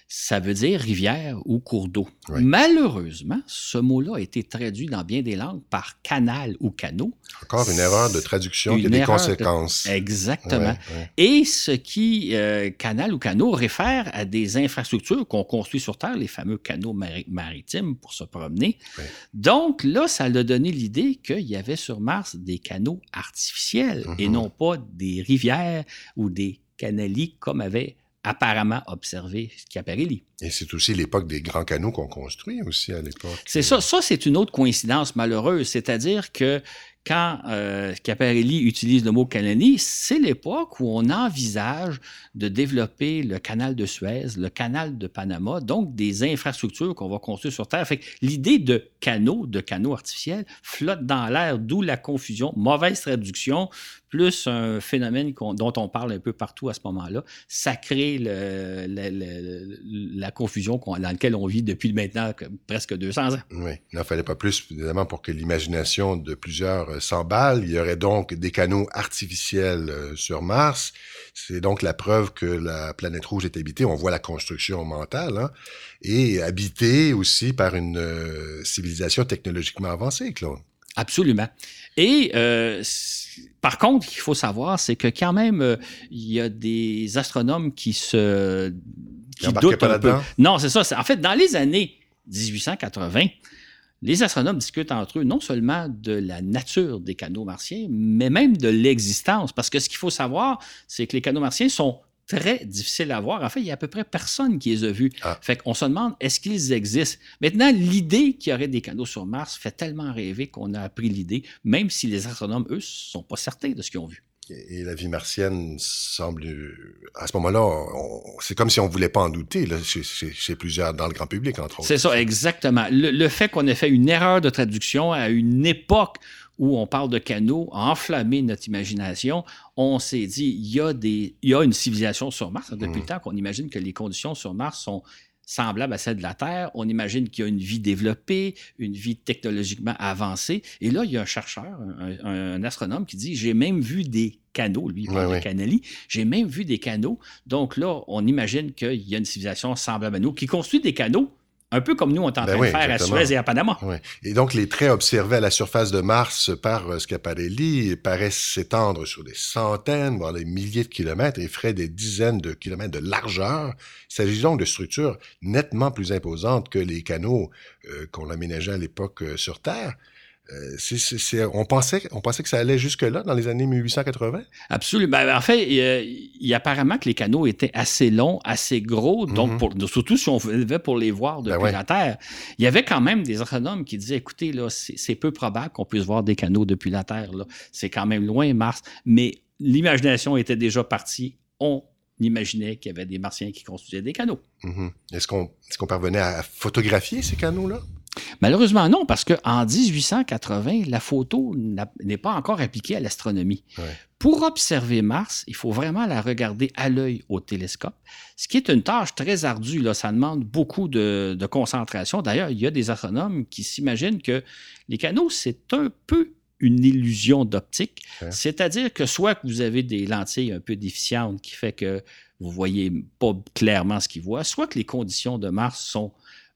ça veut dire rivière ou cours d'eau. Oui. Malheureusement, ce mot-là a été traduit dans bien des langues par canal ou canot. Encore une erreur de traduction Une qui a des erreur conséquences. De... Exactement. Ouais, ouais. Et ce qui, euh, canal ou canot, réfère à des infrastructures qu'on construit sur Terre, les fameux canaux mari- maritimes pour se promener. Ouais. Donc là, ça a donné l'idée qu'il y avait sur Mars des canaux artificiels Mm-hmm. et non pas des rivières ou des canalies comme avait apparemment observé Schiaparelli. Et c'est aussi l'époque des grands canaux qu'on construit aussi à l'époque. C'est ça. Ça, c'est une autre coïncidence malheureuse. C'est-à-dire que quand euh, Schiaparelli utilise le mot canali, c'est l'époque où on envisage de développer le canal de Suez, le canal de Panama, donc des infrastructures qu'on va construire sur Terre. Fait que l'idée de canaux, de canaux artificiels, flotte dans l'air, d'où la confusion, mauvaise traduction, plus un phénomène qu'on, dont on parle un peu partout à ce moment-là. Ça crée le, le, le, la confusion qu'on, dans laquelle on vit depuis maintenant presque deux cents ans. Oui, il n'en fallait pas plus, évidemment, pour que l'imagination de plusieurs s'emballe. Il y aurait donc des canaux artificiels euh, sur Mars. C'est donc la preuve que la planète rouge est habitée. On voit la construction mentale, hein, et habitée aussi par une euh, civilisation technologiquement avancée, Claude. Absolument. Et euh, par contre, ce qu'il faut savoir, c'est que quand même, euh, il y a des astronomes qui se qui doutent un peu. Non, c'est ça. C'est, en fait, dans les années dix-huit cent quatre-vingts, les astronomes discutent entre eux non seulement de la nature des canaux martiens, mais même de l'existence. Parce que ce qu'il faut savoir, c'est que les canaux martiens sont très difficiles à voir. En fait, il y a à peu près personne qui les a vus. Ah. Fait qu'on se demande, est-ce qu'ils existent? Maintenant, l'idée qu'il y aurait des canaux sur Mars fait tellement rêver qu'on a appris l'idée, même si les astronomes, eux, ne sont pas certains de ce qu'ils ont vu. Et la vie martienne semble... À ce moment-là, on, c'est comme si on ne voulait pas en douter, là, chez, chez, chez plusieurs, dans le grand public, entre autres. C'est ça, exactement. Le, le fait qu'on ait fait une erreur de traduction à une époque où on parle de canaux a enflammé notre imagination. On s'est dit, il y a, des, il y a une civilisation sur Mars. Depuis mmh. le temps qu'on imagine que les conditions sur Mars sont semblable à celle de la Terre. On imagine qu'il y a une vie développée, une vie technologiquement avancée. Et là, il y a un chercheur, un, un astronome qui dit « J'ai même vu des canaux. » Lui, il parle ouais, de canali. « J'ai même vu des canaux. » Donc là, on imagine qu'il y a une civilisation semblable à nous qui construit des canaux, un peu comme nous, on est en train ben oui, de faire exactement. à Suez et à Panama. Oui. Et donc, les traits observés à la surface de Mars par Schiaparelli paraissent s'étendre sur des centaines, voire des milliers de kilomètres et feraient des dizaines de kilomètres de largeur. Il s'agit donc de structures nettement plus imposantes que les canaux euh, qu'on aménageait à l'époque euh, sur Terre. Euh, c'est, c'est, c'est, on, pensait, on pensait que ça allait jusque-là, dans les années mille huit cent quatre-vingts? Absolument. En fait, il y, a, il y a apparemment que les canaux étaient assez longs, assez gros, donc mm-hmm. pour, surtout si on venait pour les voir depuis ben ouais. la Terre. Il y avait quand même des astronomes qui disaient, écoutez, là, c'est, c'est peu probable qu'on puisse voir des canaux depuis la Terre. Là. C'est quand même loin, Mars. Mais l'imagination était déjà partie. On imaginait qu'il y avait des Martiens qui construisaient des canaux. Mm-hmm. Est-ce qu'on, est-ce qu'on parvenait à photographier ces canaux-là? Malheureusement, non, parce qu'en dix-huit cent quatre-vingts, la photo n'est pas encore appliquée à l'astronomie. Ouais. Pour observer Mars, il faut vraiment la regarder à l'œil au télescope, ce qui est une tâche très ardue. Là. Ça demande beaucoup de, de concentration. D'ailleurs, il y a des astronomes qui s'imaginent que les canaux, c'est un peu une illusion d'optique. Ouais. C'est-à-dire que soit que vous avez des lentilles un peu déficientes qui fait que vous ne voyez pas clairement ce qu'ils voient, soit que les conditions de Mars sont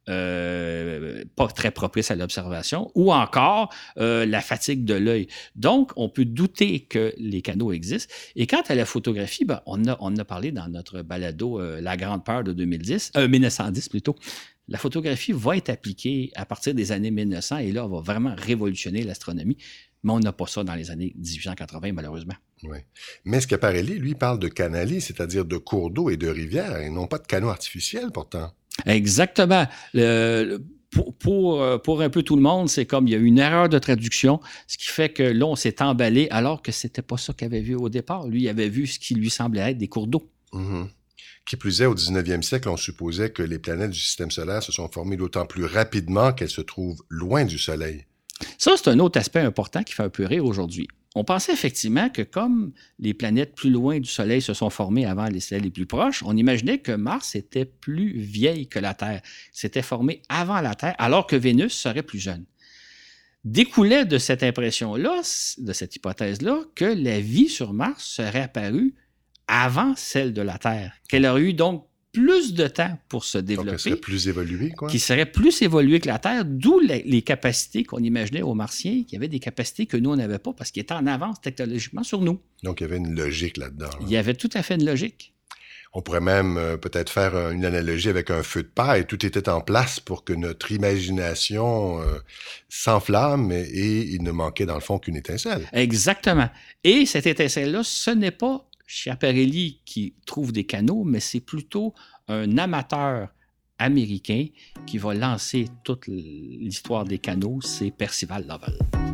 Euh, pas très propice à l'observation, ou encore euh, la fatigue de l'œil. Donc, on peut douter que les canaux existent. Et quant à la photographie, ben, on, a, on a parlé dans notre balado euh, La Grande Peur de deux mille dix, euh, mille neuf cent dix plutôt. La photographie va être appliquée à partir des années mille neuf cents et là, elle va vraiment révolutionner l'astronomie. Mais on n'a pas ça dans les années dix-huit cent quatre-vingts, malheureusement. Oui. Mais Schiaparelli, lui, parle de canali, c'est-à-dire de cours d'eau et de rivières, et non pas de canaux artificiels, pourtant. Exactement. Le, pour, pour, pour un peu tout le monde, c'est comme il y a une erreur de traduction, ce qui fait que là, on s'est emballé alors que c'était pas ça qu'il avait vu au départ. Lui, il avait vu ce qui lui semblait être des cours d'eau. Mm-hmm. Qui plus est, au dix-neuvième siècle, on supposait que les planètes du système solaire se sont formées d'autant plus rapidement qu'elles se trouvent loin du Soleil. Ça, c'est un autre aspect important qui fait un peu rire aujourd'hui. On pensait effectivement que comme les planètes plus loin du Soleil se sont formées avant les soleils les plus proches, on imaginait que Mars était plus vieille que la Terre. S'était formé avant la Terre, alors que Vénus serait plus jeune. Découlait de cette impression-là, de cette hypothèse-là, que la vie sur Mars serait apparue avant celle de la Terre, qu'elle aurait eu donc plus de temps pour se Donc, développer. elle serait plus évoluée, quoi. Qui serait plus évolué que la Terre, d'où les, les capacités qu'on imaginait aux Martiens, qui avaient des capacités que nous, on n'avait pas parce qu'ils étaient en avance technologiquement sur nous. Donc, il y avait une logique là-dedans. Là. Il y avait tout à fait une logique. On pourrait même euh, peut-être faire euh, une analogie avec un feu de paille. Tout était en place pour que notre imagination euh, s'enflamme et, et il ne manquait dans le fond qu'une étincelle. Exactement. Et cette étincelle-là, ce n'est pas Schiaparelli qui trouve des canaux, mais c'est plutôt un amateur américain qui va lancer toute l'histoire des canaux, c'est Percival Lowell.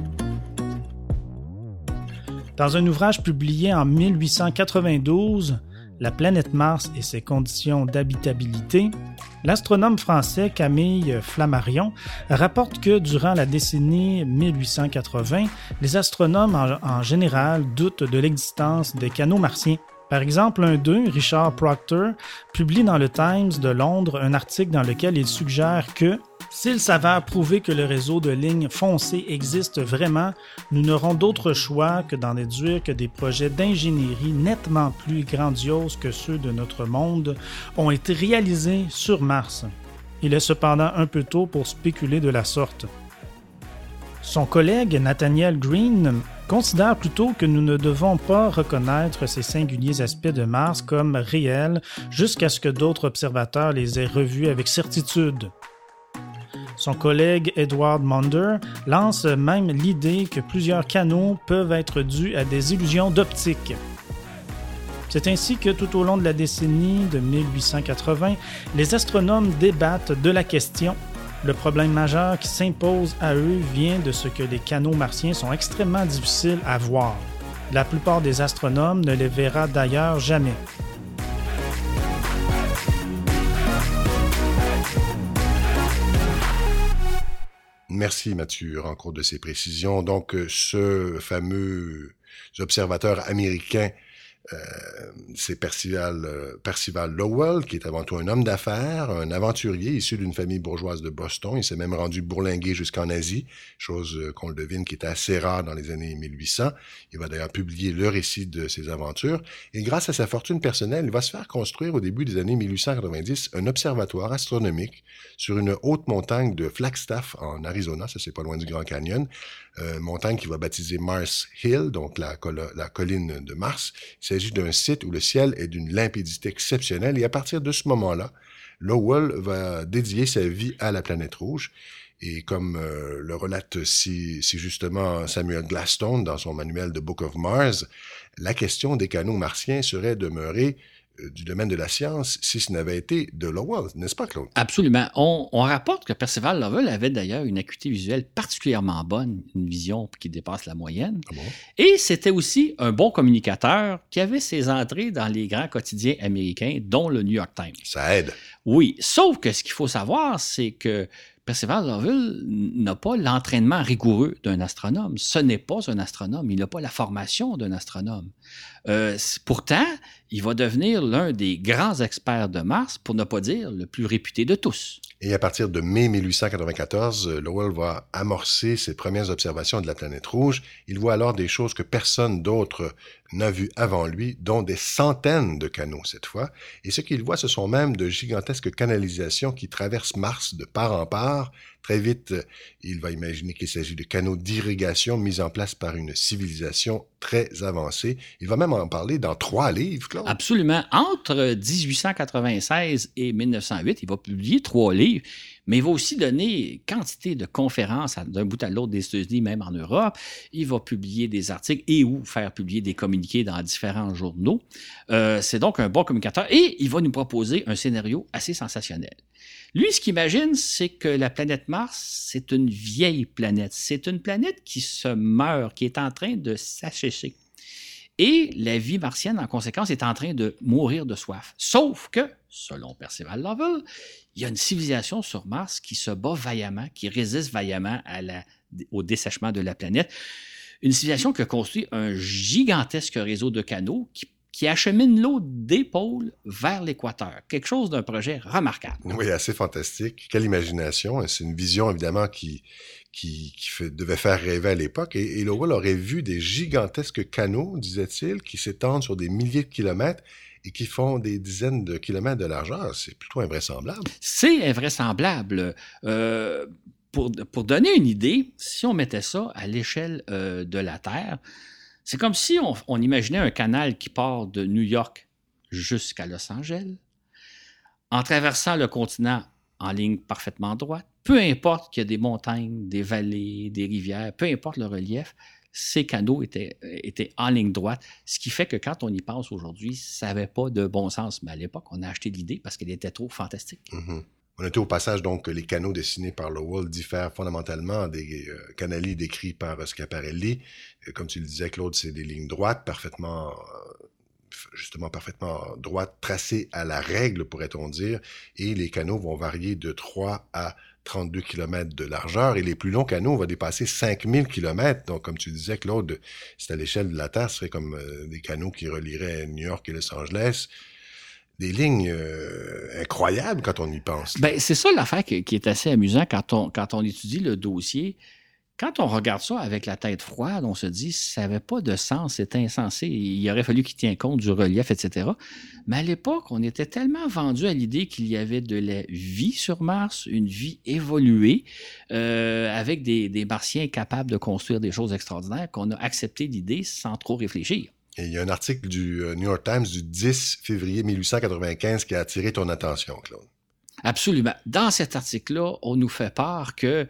Dans un ouvrage publié en mille huit cent quatre-vingt-douze, La planète Mars et ses conditions d'habitabilité, l'astronome français Camille Flammarion rapporte que durant la décennie mille huit cent quatre-vingts, les astronomes en, en général doutent de l'existence des canaux martiens. Par exemple, un d'eux, Richard Proctor, publie dans le Times de Londres un article dans lequel il suggère que s'il s'avère prouver que le réseau de lignes foncées existe vraiment, nous n'aurons d'autre choix que d'en déduire que des projets d'ingénierie nettement plus grandioses que ceux de notre monde ont été réalisés sur Mars. Il est cependant un peu tôt pour spéculer de la sorte. Son collègue Nathaniel Green considère plutôt que nous ne devons pas reconnaître ces singuliers aspects de Mars comme réels jusqu'à ce que d'autres observateurs les aient revus avec certitude. Son collègue Edward Maunder lance même l'idée que plusieurs canaux peuvent être dus à des illusions d'optique. C'est ainsi que tout au long de la décennie de mille huit cent quatre-vingts, les astronomes débattent de la question. Le problème majeur qui s'impose à eux vient de ce que les canaux martiens sont extrêmement difficiles à voir. La plupart des astronomes ne les verra d'ailleurs jamais. Merci Mathieu Rancourt de ces précisions. Donc, ce fameux observateur américain, euh, c'est Percival, euh, Percival Lowell, qui est avant tout un homme d'affaires, un aventurier issu d'une famille bourgeoise de Boston. Il s'est même rendu bourlinguer jusqu'en Asie, chose euh, qu'on le devine qui était assez rare dans les années mille huit cents. Il va d'ailleurs publier le récit de ses aventures. Et grâce à sa fortune personnelle, il va se faire construire au début des années mille huit cent quatre-vingt-dix un observatoire astronomique sur une haute montagne de Flagstaff en Arizona, ça c'est pas loin du Grand Canyon, euh, montagne qui va baptiser Mars Hill, donc la, col- la colline de Mars. Il s'agit d'un site où le ciel est d'une limpidité exceptionnelle et à partir de ce moment-là, Lowell va dédier sa vie à la planète rouge. Et comme euh, le relate si, si justement Samuel Gladstone dans son manuel The Book of Mars, la question des canaux martiens serait demeurée euh, du domaine de la science si ce n'avait été de Lowell, n'est-ce pas, Claude? Absolument. On, on rapporte que Percival Lowell avait d'ailleurs une acuité visuelle particulièrement bonne, une vision qui dépasse la moyenne. Ah bon? Et c'était aussi un bon communicateur qui avait ses entrées dans les grands quotidiens américains, dont le New York Times. Ça aide. Oui, sauf que ce qu'il faut savoir, c'est que Percival Lowell n'a pas l'entraînement rigoureux d'un astronome. Ce n'est pas un astronome. Il n'a pas la formation d'un astronome. Euh, pourtant, il va devenir l'un des grands experts de Mars, pour ne pas dire le plus réputé de tous. Et à partir de mai mille huit cent quatre-vingt-quatorze, Lowell va amorcer ses premières observations de la planète rouge. Il voit alors des choses que personne d'autre n'a vues avant lui, dont des centaines de canaux cette fois. Et ce qu'il voit, ce sont même de gigantesques canalisations qui traversent Mars de part en part. Très vite, il va imaginer qu'il s'agit de canaux d'irrigation mis en place par une civilisation très avancée. Il va même en parler dans trois livres, Claude. Absolument. Entre dix-huit cent quatre-vingt-seize et mille neuf cent huit, il va publier trois livres, mais il va aussi donner quantité de conférences d'un bout à l'autre des États-Unis, même en Europe. Il va publier des articles et ou faire publier des communiqués dans différents journaux. Euh, c'est donc un bon communicateur et il va nous proposer un scénario assez sensationnel. Lui, ce qu'il imagine, c'est que la planète Mars, c'est une vieille planète. C'est une planète qui se meurt, qui est en train de s'assécher. Et la vie martienne, en conséquence, est en train de mourir de soif. Sauf que, selon Percival Lowell, il y a une civilisation sur Mars qui se bat vaillamment, qui résiste vaillamment à la, au dessèchement de la planète. Une civilisation qui a construit un gigantesque réseau de canaux qui qui achemine l'eau des pôles vers l'équateur. Quelque chose d'un projet remarquable. Oui, assez fantastique. Quelle imagination. C'est une vision, évidemment, qui, qui, qui fait, devait faire rêver à l'époque. Et, et Lowell aurait vu des gigantesques canaux, disait-il, qui s'étendent sur des milliers de kilomètres et qui font des dizaines de kilomètres de largeur. C'est plutôt invraisemblable. C'est invraisemblable. Euh, pour, pour donner une idée, si on mettait ça à l'échelle euh, de la Terre, c'est comme si on, on imaginait un canal qui part de New York jusqu'à Los Angeles, en traversant le continent en ligne parfaitement droite. Peu importe qu'il y a des montagnes, des vallées, des rivières, peu importe le relief, ces canaux étaient, étaient en ligne droite, ce qui fait que quand on y pense aujourd'hui, ça n'avait pas de bon sens. Mais à l'époque, on a acheté l'idée parce qu'elle était trop fantastique. Mm-hmm. On notait au passage donc que les canaux dessinés par Lowell diffèrent fondamentalement des euh, canali décrits par euh, Schiaparelli. Euh, comme tu le disais, Claude, c'est des lignes droites, parfaitement, euh, justement parfaitement droites, tracées à la règle, pourrait-on dire, et les canaux vont varier de trois à trente-deux kilomètres de largeur, et les plus longs canaux vont dépasser cinq mille kilomètres. Donc, comme tu disais, Claude, c'est à l'échelle de la Terre, ce serait comme euh, des canaux qui relieraient New York et Los Angeles. Des lignes euh, incroyables quand on y pense. Ben, c'est ça l'affaire qui, qui est assez amusant quand on, quand on étudie le dossier. Quand on regarde ça avec la tête froide, on se dit ça n'avait pas de sens, c'est insensé. Il aurait fallu qu'il tienne compte du relief, et cetera. Mais à l'époque, on était tellement vendu à l'idée qu'il y avait de la vie sur Mars, une vie évoluée, euh, avec des, des Martiens capables de construire des choses extraordinaires, qu'on a accepté l'idée sans trop réfléchir. Et il y a un article du New York Times du dix février mille huit cent quatre-vingt-quinze qui a attiré ton attention, Claude. Absolument. Dans cet article-là, on nous fait part que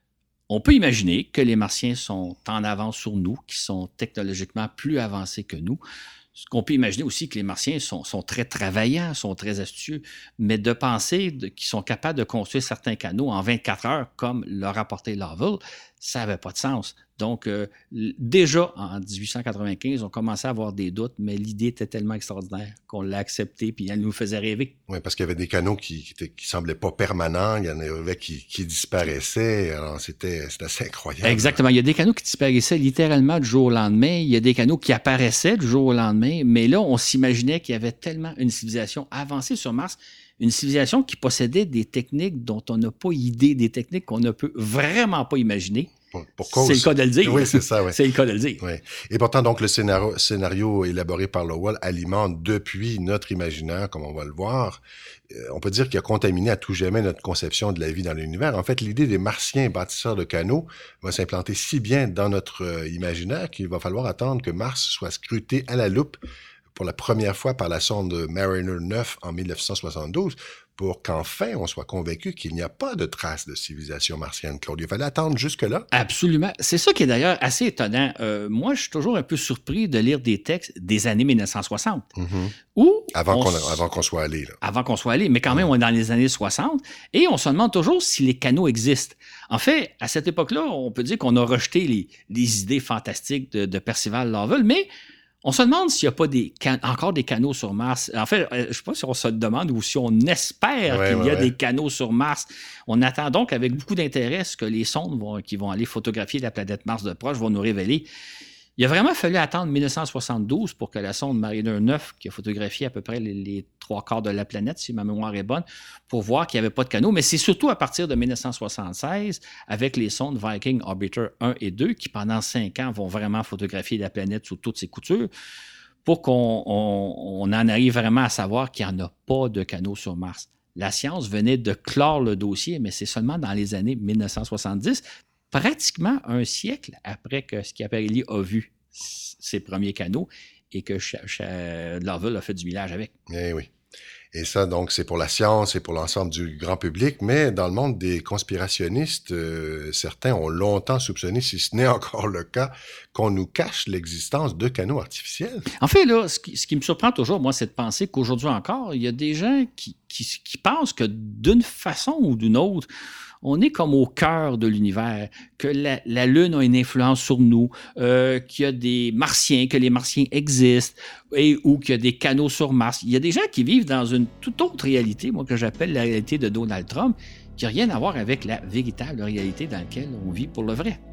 on peut imaginer que les Martiens sont en avance sur nous, qui sont technologiquement plus avancés que nous. Ce qu'on peut imaginer aussi que les Martiens sont, sont très travaillants, sont très astucieux, mais de penser de, qu'ils sont capables de construire certains canaux en vingt-quatre heures, comme l'a rapporté Lovell, ça n'avait pas de sens. Donc, euh, déjà en dix-huit cent quatre-vingt-quinze, on commençait à avoir des doutes, mais l'idée était tellement extraordinaire qu'on l'a acceptée, puis elle nous faisait rêver. Oui, parce qu'il y avait des canaux qui, qui, étaient, qui semblaient pas permanents, il y en avait qui, qui disparaissaient, alors c'était, c'était assez incroyable. Exactement, il y a des canaux qui disparaissaient littéralement du jour au lendemain, il y a des canaux qui apparaissaient du jour au lendemain, mais là, on s'imaginait qu'il y avait tellement une civilisation avancée sur Mars, une civilisation qui possédait des techniques dont on n'a pas idée, des techniques qu'on ne peut vraiment pas imaginer. Pour, pour cause. C'est le cas de le dire. Oui, c'est ça, oui. C'est le cas de le dire. Oui. Et pourtant, donc, le scénario, scénario élaboré par Lowell alimente depuis notre imaginaire, comme on va le voir. Euh, on peut dire qu'il a contaminé à tout jamais notre conception de la vie dans l'univers. En fait, l'idée des Martiens bâtisseurs de canaux va s'implanter si bien dans notre euh, imaginaire qu'il va falloir attendre que Mars soit scruté à la loupe pour la première fois par la sonde Mariner neuf en mille neuf cent soixante-douze, pour qu'enfin on soit convaincu qu'il n'y a pas de traces de civilisation martienne, Claude. Il fallait attendre jusque-là. Absolument. C'est ça qui est d'ailleurs assez étonnant. Euh, moi, je suis toujours un peu surpris de lire des textes des années mille neuf cent soixante. Mm-hmm. Où avant, on qu'on, s... avant qu'on soit allé. Là. Avant qu'on soit allé, mais quand même, on est dans les années soixante, et on se demande toujours si les canaux existent. En fait, à cette époque-là, on peut dire qu'on a rejeté les, les idées fantastiques de, de Percival Lowell, mais on se demande s'il n'y a pas des can- encore des canaux sur Mars. En fait, je ne sais pas si on se demande ou si on espère ouais, qu'il ouais, y a ouais. des canaux sur Mars. On attend donc avec beaucoup d'intérêt ce que les sondes vont, qui vont aller photographier la planète Mars de proche vont nous révéler. Il a vraiment fallu attendre mille neuf cent soixante-douze pour que la sonde Mariner neuf, qui a photographié à peu près les, les trois quarts de la planète, si ma mémoire est bonne, pour voir qu'il n'y avait pas de canaux. Mais c'est surtout à partir de mille neuf cent soixante-seize, avec les sondes Viking Orbiter un et deux, qui pendant cinq ans vont vraiment photographier la planète sous toutes ses coutures, pour qu'on on, on en arrive vraiment à savoir qu'il n'y en a pas de canaux sur Mars. La science venait de clore le dossier, mais c'est seulement dans les années mille neuf cent soixante-dix, pratiquement un siècle après que Schiaparelli a vu ses premiers canaux et que Ch- Ch- Lovell a fait du millage avec. Eh oui. Et ça, donc, c'est pour la science et pour l'ensemble du grand public, mais dans le monde des conspirationnistes, euh, certains ont longtemps soupçonné, si ce n'est encore le cas, qu'on nous cache l'existence de canaux artificiels. En fait, là, ce qui, ce qui me surprend toujours, moi, c'est de penser qu'aujourd'hui encore, il y a des gens qui, qui, qui pensent que d'une façon ou d'une autre, on est comme au cœur de l'univers, que la, la Lune a une influence sur nous, euh, qu'il y a des Martiens, que les Martiens existent, et, ou qu'il y a des canaux sur Mars. Il y a des gens qui vivent dans une toute autre réalité, moi, que j'appelle la réalité de Donald Trump, qui n'a rien à voir avec la véritable réalité dans laquelle on vit pour le vrai.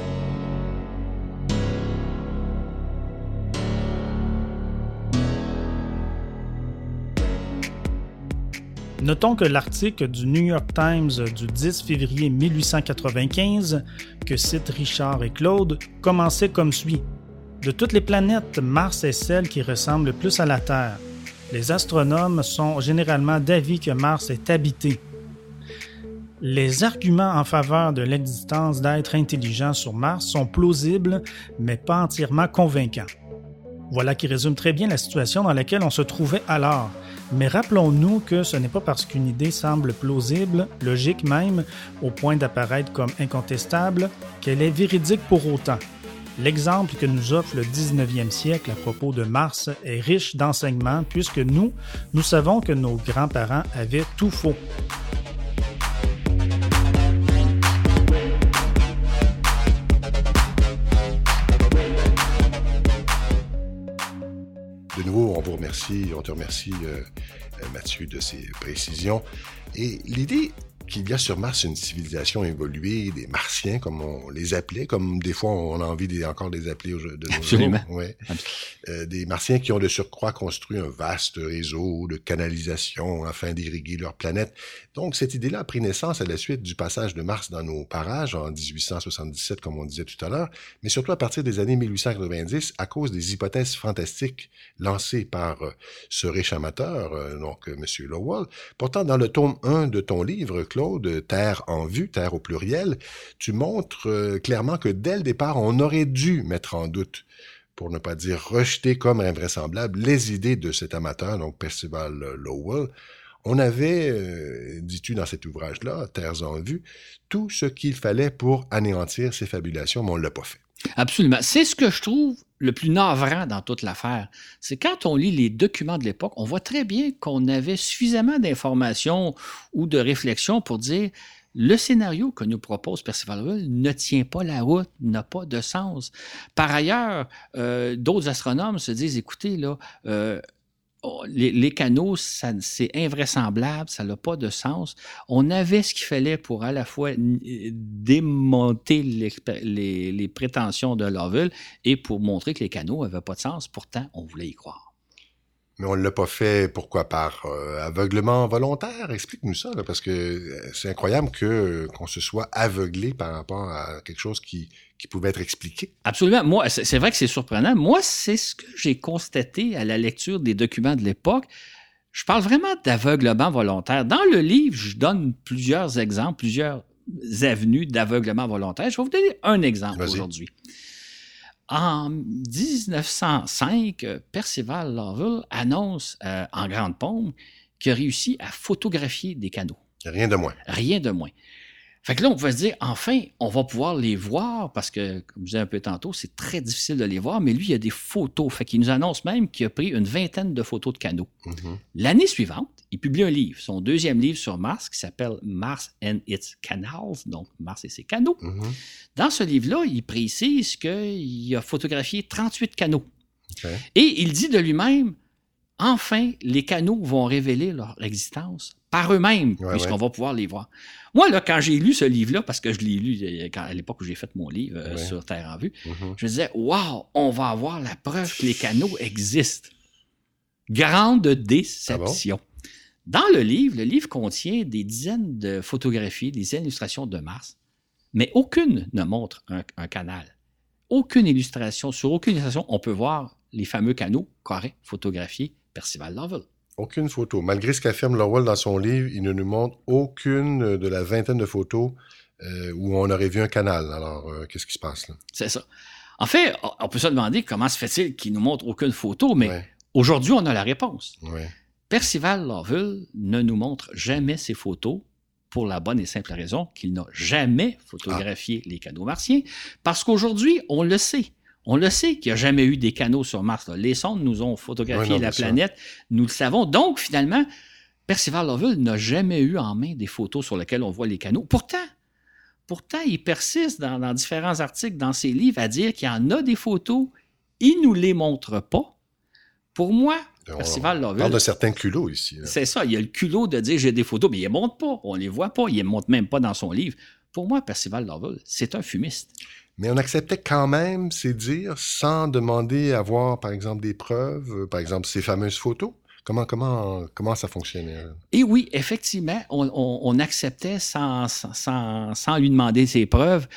Notons que l'article du New York Times du dix février mille huit cent quatre-vingt-quinze, que citent Richard et Claude, commençait comme suit. De toutes les planètes, Mars est celle qui ressemble le plus à la Terre. Les astronomes sont généralement d'avis que Mars est habité. Les arguments en faveur de l'existence d'êtres intelligents sur Mars sont plausibles, mais pas entièrement convaincants. Voilà qui résume très bien la situation dans laquelle on se trouvait alors. Mais rappelons-nous que ce n'est pas parce qu'une idée semble plausible, logique même, au point d'apparaître comme incontestable, qu'elle est véridique pour autant. L'exemple que nous offre le dix-neuvième siècle à propos de Mars est riche d'enseignements puisque nous, nous savons que nos grands-parents avaient tout faux. De nouveau, on vous remercie, on te remercie, euh, Mathieu, de ces précisions. Et l'idée qu'il y a sur Mars une civilisation évoluée, des Martiens, comme on les appelait, comme des fois on a envie de, encore de les appeler de nos Absolument. jours. Ouais. Euh, des Martiens qui ont de surcroît construit un vaste réseau de canalisation afin d'irriguer leur planète. Donc, cette idée-là a pris naissance à la suite du passage de Mars dans nos parages en dix-huit cent soixante-dix-sept, comme on disait tout à l'heure, mais surtout à partir des années mille huit cent quatre-vingt-dix, à cause des hypothèses fantastiques lancées par euh, ce riche amateur, euh, donc euh, M. Lowell. Pourtant, dans le tome un de ton livre, Claude, Terre en vue, Terre au pluriel, tu montres euh, clairement que dès le départ, on aurait dû mettre en doute, pour ne pas dire rejeter comme invraisemblable, les idées de cet amateur, donc Percival Lowell. On avait, euh, dis-tu dans cet ouvrage-là, Terres en vue, tout ce qu'il fallait pour anéantir ces fabulations, mais on ne l'a pas fait. Absolument. C'est ce que je trouve le plus navrant dans toute l'affaire. C'est quand on lit les documents de l'époque, on voit très bien qu'on avait suffisamment d'informations ou de réflexions pour dire le scénario que nous propose Percival Lowell ne tient pas la route, n'a pas de sens. Par ailleurs, euh, d'autres astronomes se disent, écoutez, là, euh, Les, les canaux, ça, c'est invraisemblable, ça n'a pas de sens. On avait ce qu'il fallait pour à la fois démonter les, les, les prétentions de Lowell et pour montrer que les canaux n'avaient pas de sens. Pourtant, on voulait y croire. Mais on ne l'a pas fait, pourquoi? Par euh, aveuglement volontaire? Explique-nous ça, là, parce que euh, c'est incroyable que, qu'on se soit aveuglé par rapport à quelque chose qui, qui pouvait être expliqué. Absolument. Moi, c'est, c'est vrai que c'est surprenant. Moi, c'est ce que j'ai constaté à la lecture des documents de l'époque. Je parle vraiment d'aveuglement volontaire. Dans le livre, je donne plusieurs exemples, plusieurs avenues d'aveuglement volontaire. Je vais vous donner un exemple Vas-y. Aujourd'hui. En dix-neuf cent cinq, Percival Lowell annonce euh, en grande pompe qu'il a réussi à photographier des canaux. Rien de moins. Rien de moins. Fait que là, on pouvait se dire, enfin, on va pouvoir les voir parce que, comme je disais un peu tantôt, c'est très difficile de les voir, mais lui, il y a des photos. Fait qu'il nous annonce même qu'il a pris une vingtaine de photos de canaux. Mm-hmm. L'année suivante, il publie un livre, son deuxième livre sur Mars, qui s'appelle Mars and its Canals, donc Mars et ses canaux. Mm-hmm. Dans ce livre-là, il précise qu'il a photographié trente-huit canaux. Okay. Et il dit de lui-même, enfin, les canaux vont révéler leur existence par eux-mêmes, ouais, puisqu'on ouais. va pouvoir les voir. Moi, là, quand j'ai lu ce livre-là, parce que je l'ai lu quand, à l'époque où j'ai fait mon livre euh, ouais. sur Terre en vue, Mm-hmm. je me disais, wow, on va avoir la preuve que les canaux existent. Grande déception. Ah bon? Dans le livre, le livre contient des dizaines de photographies, des illustrations de Mars, mais aucune ne montre un, un canal. Aucune illustration, sur aucune illustration, on peut voir les fameux canaux qu'aurait photographiés Percival Lowell. Aucune photo. Malgré ce qu'affirme Lowell dans son livre, il ne nous montre aucune de la vingtaine de photos euh, où on aurait vu un canal. Alors, euh, qu'est-ce qui se passe là? C'est ça. En fait, on peut se demander comment se fait-il qu'il nous montre aucune photo, mais ouais. Aujourd'hui, on a la réponse. Ouais. Percival Lowell ne nous montre jamais ses photos pour la bonne et simple raison qu'il n'a jamais photographié ah. les canaux martiens, parce qu'aujourd'hui, on le sait. On le sait qu'il n'y a jamais eu des canaux sur Mars. Là. Les sondes nous ont photographié oui, non, la planète, ça. Nous le savons. Donc, finalement, Percival Lowell n'a jamais eu en main des photos sur lesquelles on voit les canaux. Pourtant, pourtant il persiste dans, dans différents articles, dans ses livres, à dire qu'il y en a des photos, il ne nous les montre pas. Pour moi, on, Percival Lowell... On parle de certains culots ici. Là. C'est ça, il y a le culot de dire j'ai des photos, mais il ne les montre pas, on ne les voit pas, il ne les montre même pas dans son livre. Pour moi, Percival Lowell, c'est un fumiste. Mais on acceptait quand même ces dires sans demander à voir, par exemple, des preuves, par exemple, ces fameuses photos. Comment, comment, comment ça fonctionnait? Et oui, effectivement, on, on, on acceptait sans, sans, sans lui demander ses preuves.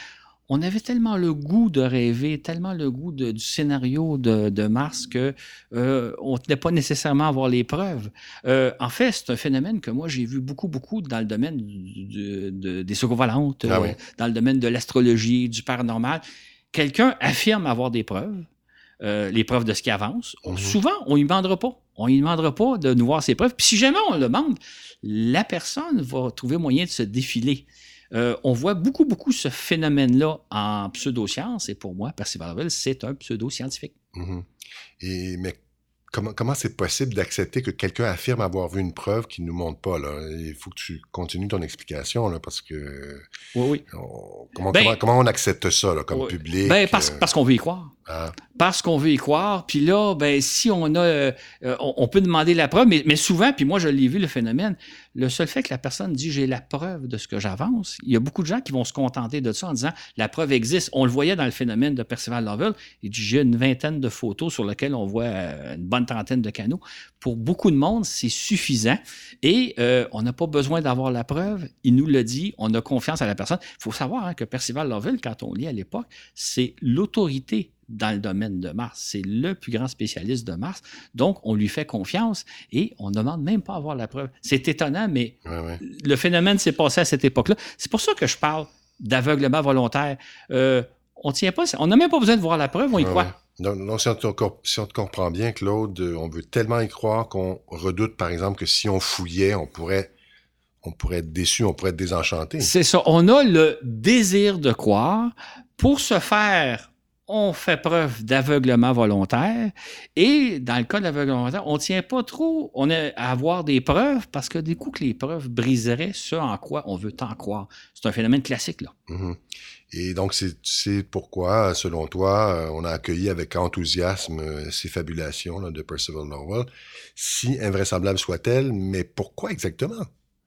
on avait tellement le goût de rêver, tellement le goût de, du scénario de, de Mars que euh, on ne tenait pas nécessairement à voir les preuves. Euh, en fait, c'est un phénomène que moi, j'ai vu beaucoup, beaucoup dans le domaine du, du, de, des secours volantes, ah, euh, oui. dans le domaine de l'astrologie, du paranormal. Quelqu'un affirme avoir des preuves, euh, les preuves de ce qui avance. Mm-hmm. Souvent, on ne lui demandera pas. On ne lui demandera pas de nous voir ses preuves. Puis si jamais on le demande, la personne va trouver moyen de se défiler. Euh, on voit beaucoup, beaucoup ce phénomène-là en pseudosciences, et pour moi, Percival Lowell, c'est un pseudo-scientifique. Mm-hmm. Et, mais comment, comment c'est possible d'accepter que quelqu'un affirme avoir vu une preuve qui ne nous montre pas, là? Il faut que tu continues ton explication, là, parce que... Oui, oui. On, comment, ben, comment, comment on accepte ça, là, comme oui. public? Ben, parce, euh... parce qu'on veut y croire. Ah. Parce qu'on veut y croire. Puis là, ben, si on a... Euh, on, on peut demander la preuve, mais, mais souvent, puis moi, je l'ai vu, le phénomène, le seul fait que la personne dit « j'ai la preuve de ce que j'avance », il y a beaucoup de gens qui vont se contenter de ça en disant « la preuve existe ». On le voyait dans le phénomène de Percival Lowell. Il dit « j'ai une vingtaine de photos sur lesquelles on voit euh, une bonne trentaine de canaux ». Pour beaucoup de monde, c'est suffisant. Et euh, on n'a pas besoin d'avoir la preuve. Il nous le dit. On a confiance à la personne. Il faut savoir hein, que Percival Lowell, quand on lit à l'époque, c'est l'autorité dans le domaine de Mars. C'est le plus grand spécialiste de Mars. Donc, on lui fait confiance et on ne demande même pas à avoir la preuve. C'est étonnant, mais ouais, ouais. le phénomène s'est passé à cette époque-là. C'est pour ça que je parle d'aveuglement volontaire. Euh, on tient pas, on n'a même pas besoin de voir la preuve, on y ouais, croit. Ouais. Donc, donc si, on te, si on te comprend bien, Claude, on veut tellement y croire qu'on redoute, par exemple, que si on fouillait, on pourrait, on pourrait être déçu, on pourrait être désenchanté. C'est ça. On a le désir de croire. Pour ce faire, on fait preuve d'aveuglement volontaire. Et dans le cas de l'aveuglement volontaire, on ne tient pas trop on est à avoir des preuves parce que du coup, que les preuves briseraient ce en quoi on veut tant croire. C'est un phénomène classique, là. Mm-hmm. Et donc, c'est, c'est pourquoi, selon toi, on a accueilli avec enthousiasme ces fabulations là, de Percival Lowell, si invraisemblables soient-elles, mais pourquoi exactement?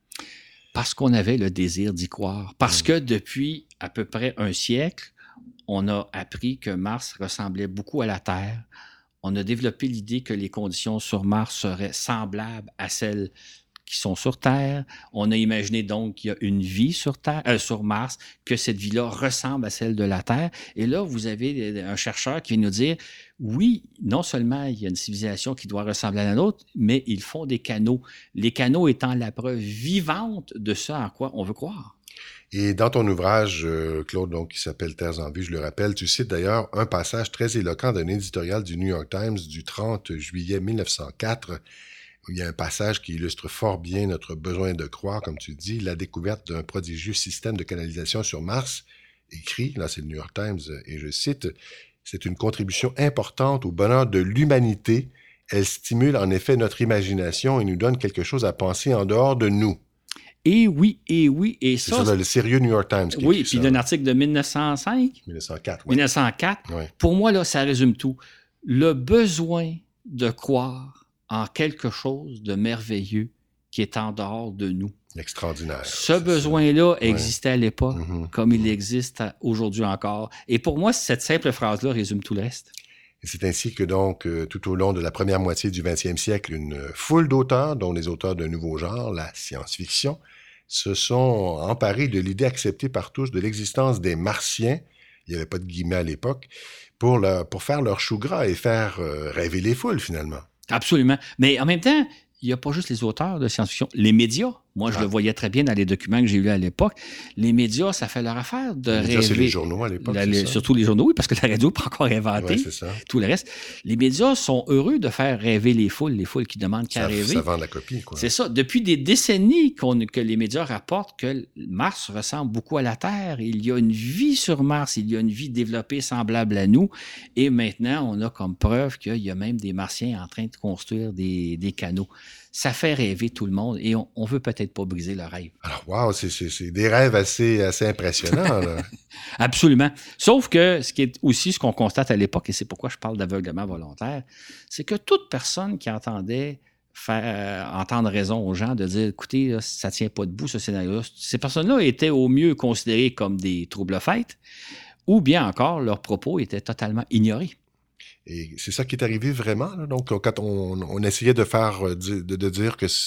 Parce qu'on avait le désir d'y croire. Parce mmh. que depuis à peu près un siècle, on a appris que Mars ressemblait beaucoup à la Terre. On a développé l'idée que les conditions sur Mars seraient semblables à celles qui sont sur Terre. On a imaginé donc qu'il y a une vie sur Terre, euh, sur Mars, que cette vie-là ressemble à celle de la Terre. Et là, vous avez un chercheur qui vient nous dire, oui, non seulement il y a une civilisation qui doit ressembler à la nôtre, mais ils font des canaux. Les canaux étant la preuve vivante de ce en quoi on veut croire. Et dans ton ouvrage, euh, Claude, donc, qui s'appelle Terres en vue, je le rappelle, tu cites d'ailleurs un passage très éloquent d'un éditorial du New York Times du trente juillet mille neuf cent quatre. Il y a un passage qui illustre fort bien notre besoin de croire, comme tu dis, la découverte d'un prodigieux système de canalisation sur Mars, écrit, là c'est le New York Times, et je cite, « C'est une contribution importante au bonheur de l'humanité. Elle stimule en effet notre imagination et nous donne quelque chose à penser en dehors de nous. » Et oui, et oui, et c'est ça... C'est ça, le sérieux New York Times. Qui oui, puis d'un article de mille neuf cent cinq. mille neuf cent quatre, oui. mille neuf cent quatre. Oui. Pour moi, là, ça résume tout. Le besoin de croire en quelque chose de merveilleux qui est en dehors de nous. Extraordinaire. Ce besoin-là ça. existait ouais. à l'époque, mm-hmm. comme il existe aujourd'hui encore. Et pour moi, cette simple phrase-là résume tout le reste. Et c'est ainsi que donc, euh, tout au long de la première moitié du vingtième siècle, une foule d'auteurs, dont les auteurs d'un nouveau genre, la science-fiction, se sont emparés de l'idée acceptée par tous de l'existence des Martiens, il n'y avait pas de guillemets à l'époque, pour, leur, pour faire leur chou gras et faire euh, rêver les foules, finalement. Absolument. Mais en même temps, il n'y a pas juste les auteurs de science-fiction. Les médias, moi, je ah. le voyais très bien dans les documents que j'ai lus à l'époque. Les médias, ça fait leur affaire de les rêver. Médias, c'est les journaux à l'époque, la, c'est les, ça? Surtout les journaux, oui, parce que la radio n'est pas encore inventée. Ouais, c'est ça. Tout le reste. Les médias sont heureux de faire rêver les foules, les foules qui demandent qu'à ça, rêver. Ça vend la copie, quoi. C'est ça. Depuis des décennies qu'on, que les médias rapportent que Mars ressemble beaucoup à la Terre. Il y a une vie sur Mars, il y a une vie développée semblable à nous. Et maintenant, on a comme preuve qu'il y a même des Martiens en train de construire des, des canaux. Ça fait rêver tout le monde et on, on veut peut-être pas briser le rêve. Alors, wow, c'est, c'est, c'est des rêves assez, assez impressionnants, là. Absolument. Sauf que ce qui est aussi ce qu'on constate à l'époque, et c'est pourquoi je parle d'aveuglement volontaire, c'est que toute personne qui entendait faire euh, entendre raison aux gens de dire, écoutez, là, ça tient pas debout, ce scénario-là, ces personnes-là étaient au mieux considérées comme des troubles-fêtes, ou bien encore, leurs propos étaient totalement ignorés. Et c'est ça qui est arrivé vraiment, là. Donc, quand on, on essayait de faire, de, de dire que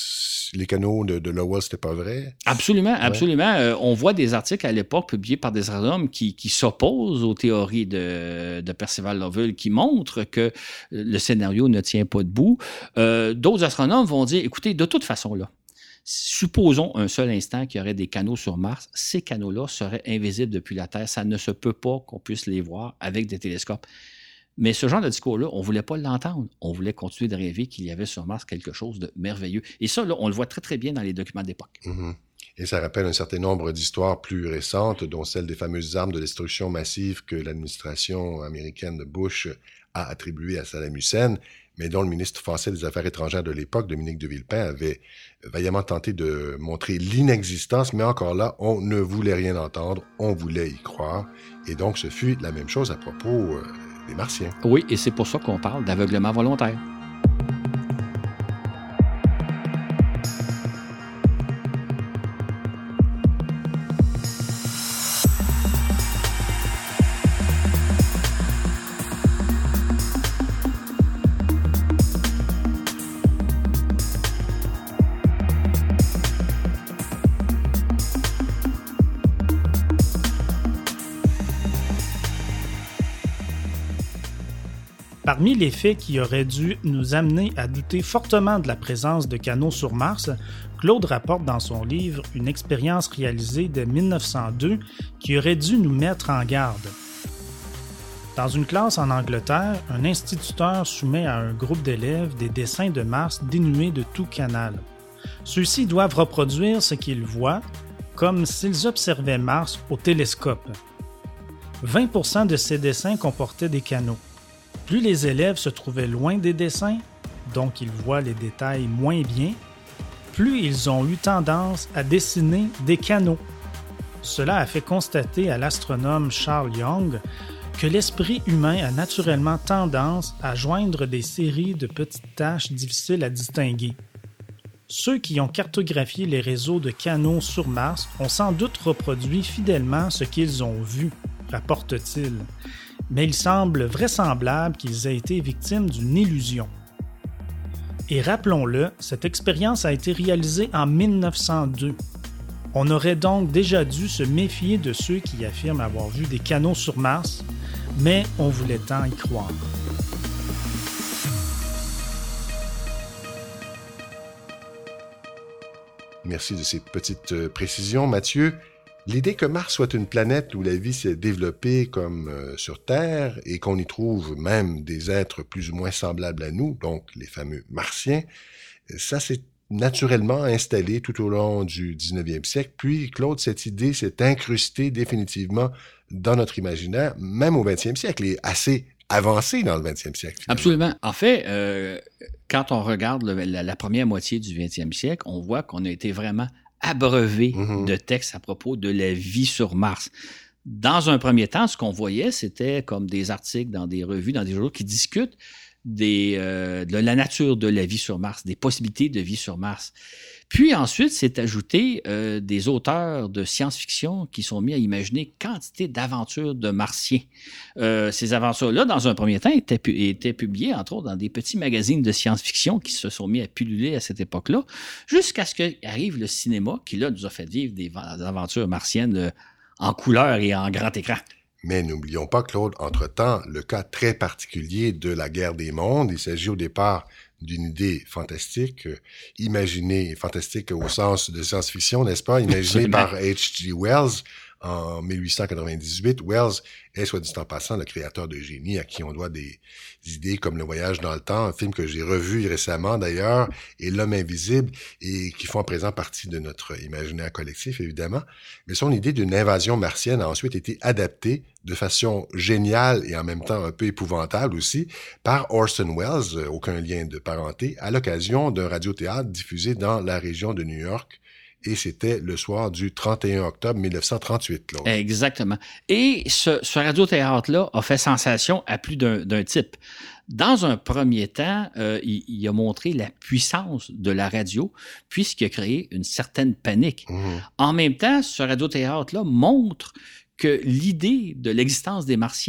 les canaux de, de Lowell, c'était pas vrai? Absolument, ouais. absolument. Euh, on voit des articles à l'époque publiés par des astronomes qui, qui s'opposent aux théories de, de Percival Lowell, qui montrent que le scénario ne tient pas debout. Euh, d'autres astronomes vont dire, écoutez, de toute façon, là, supposons un seul instant qu'il y aurait des canaux sur Mars, ces canaux-là seraient invisibles depuis la Terre. Ça ne se peut pas qu'on puisse les voir avec des télescopes. Mais ce genre de discours-là, on ne voulait pas l'entendre. On voulait continuer de rêver qu'il y avait sur Mars quelque chose de merveilleux. Et ça, là, on le voit très, très bien dans les documents d'époque. Mm-hmm. Et ça rappelle un certain nombre d'histoires plus récentes, dont celle des fameuses armes de destruction massive que l'administration américaine de Bush a attribuées à Saddam Hussein, mais dont le ministre français des Affaires étrangères de l'époque, Dominique de Villepin, avait vaillamment tenté de montrer l'inexistence, mais encore là, on ne voulait rien entendre, on voulait y croire. Et donc, ce fut la même chose à propos euh, des Martiens. Oui, et c'est pour ça qu'on parle d'aveuglement volontaire. Parmi les faits qui auraient dû nous amener à douter fortement de la présence de canaux sur Mars, Claude rapporte dans son livre une expérience réalisée dès mille neuf cent deux qui aurait dû nous mettre en garde. Dans une classe en Angleterre, un instituteur soumet à un groupe d'élèves des dessins de Mars dénués de tout canal. Ceux-ci doivent reproduire ce qu'ils voient, comme s'ils observaient Mars au télescope. vingt pour cent de ces dessins comportaient des canaux. Plus les élèves se trouvaient loin des dessins, donc ils voient les détails moins bien, plus ils ont eu tendance à dessiner des canaux. Cela a fait constater à l'astronome Charles Young que l'esprit humain a naturellement tendance à joindre des séries de petites taches difficiles à distinguer. Ceux qui ont cartographié les réseaux de canaux sur Mars ont sans doute reproduit fidèlement ce qu'ils ont vu, rapporte-t-il. Mais il semble vraisemblable qu'ils aient été victimes d'une illusion. Et rappelons-le, cette expérience a été réalisée en mille neuf cent deux. On aurait donc déjà dû se méfier de ceux qui affirment avoir vu des canaux sur Mars, mais on voulait tant y croire. Merci de ces petites précisions, Mathieu. L'idée que Mars soit une planète où la vie s'est développée comme euh, sur Terre et qu'on y trouve même des êtres plus ou moins semblables à nous, donc les fameux Martiens, ça s'est naturellement installé tout au long du dix-neuvième siècle. Puis, Claude, cette idée s'est incrustée définitivement dans notre imaginaire, même au vingtième siècle, et assez avancée dans le vingtième siècle. Finalement. Absolument. En fait, euh, quand on regarde le, la, la première moitié du vingtième siècle, on voit qu'on a été vraiment abreuvé mm-hmm. de textes à propos de la vie sur Mars. Dans un premier temps, ce qu'on voyait, c'était comme des articles dans des revues, dans des journaux qui discutent des, euh, de la nature de la vie sur Mars, des possibilités de vie sur Mars. Puis ensuite, c'est ajouté euh, des auteurs de science-fiction qui sont mis à imaginer quantité d'aventures de martiens. Euh, ces aventures-là, dans un premier temps, étaient, pu- étaient publiées, entre autres, dans des petits magazines de science-fiction qui se sont mis à pulluler à cette époque-là, jusqu'à ce qu'arrive le cinéma, qui, là, nous a fait vivre des, des aventures martiennes euh, en couleur et en grand écran. Mais n'oublions pas, Claude, entre-temps, le cas très particulier de la guerre des mondes. Il s'agit au départ d'une idée fantastique, euh, imaginée, fantastique au sens de science-fiction, n'est-ce pas? Imaginée par H G Wells en mille huit cent quatre-vingt-dix-huit. Wells est, soit dit en passant, le créateur de génie à qui on doit des idées comme Le Voyage dans le temps, un film que j'ai revu récemment d'ailleurs, et L'Homme invisible, et qui font à présent partie de notre imaginaire collectif, évidemment. Mais son idée d'une invasion martienne a ensuite été adaptée de façon géniale et en même temps un peu épouvantable aussi par Orson Welles, aucun lien de parenté, à l'occasion d'un radiothéâtre diffusé dans la région de New York. Et c'était le soir du trente et un octobre mille neuf cent trente-huit. Là. Exactement. Et ce, ce radiothéâtre-là a fait sensation à plus d'un, d'un type. Dans un premier temps, euh, il, il a montré la puissance de la radio, puisqu'il a créé une certaine panique. Mmh. En même temps, ce radiothéâtre-là montre que l'idée de l'existence des Martiens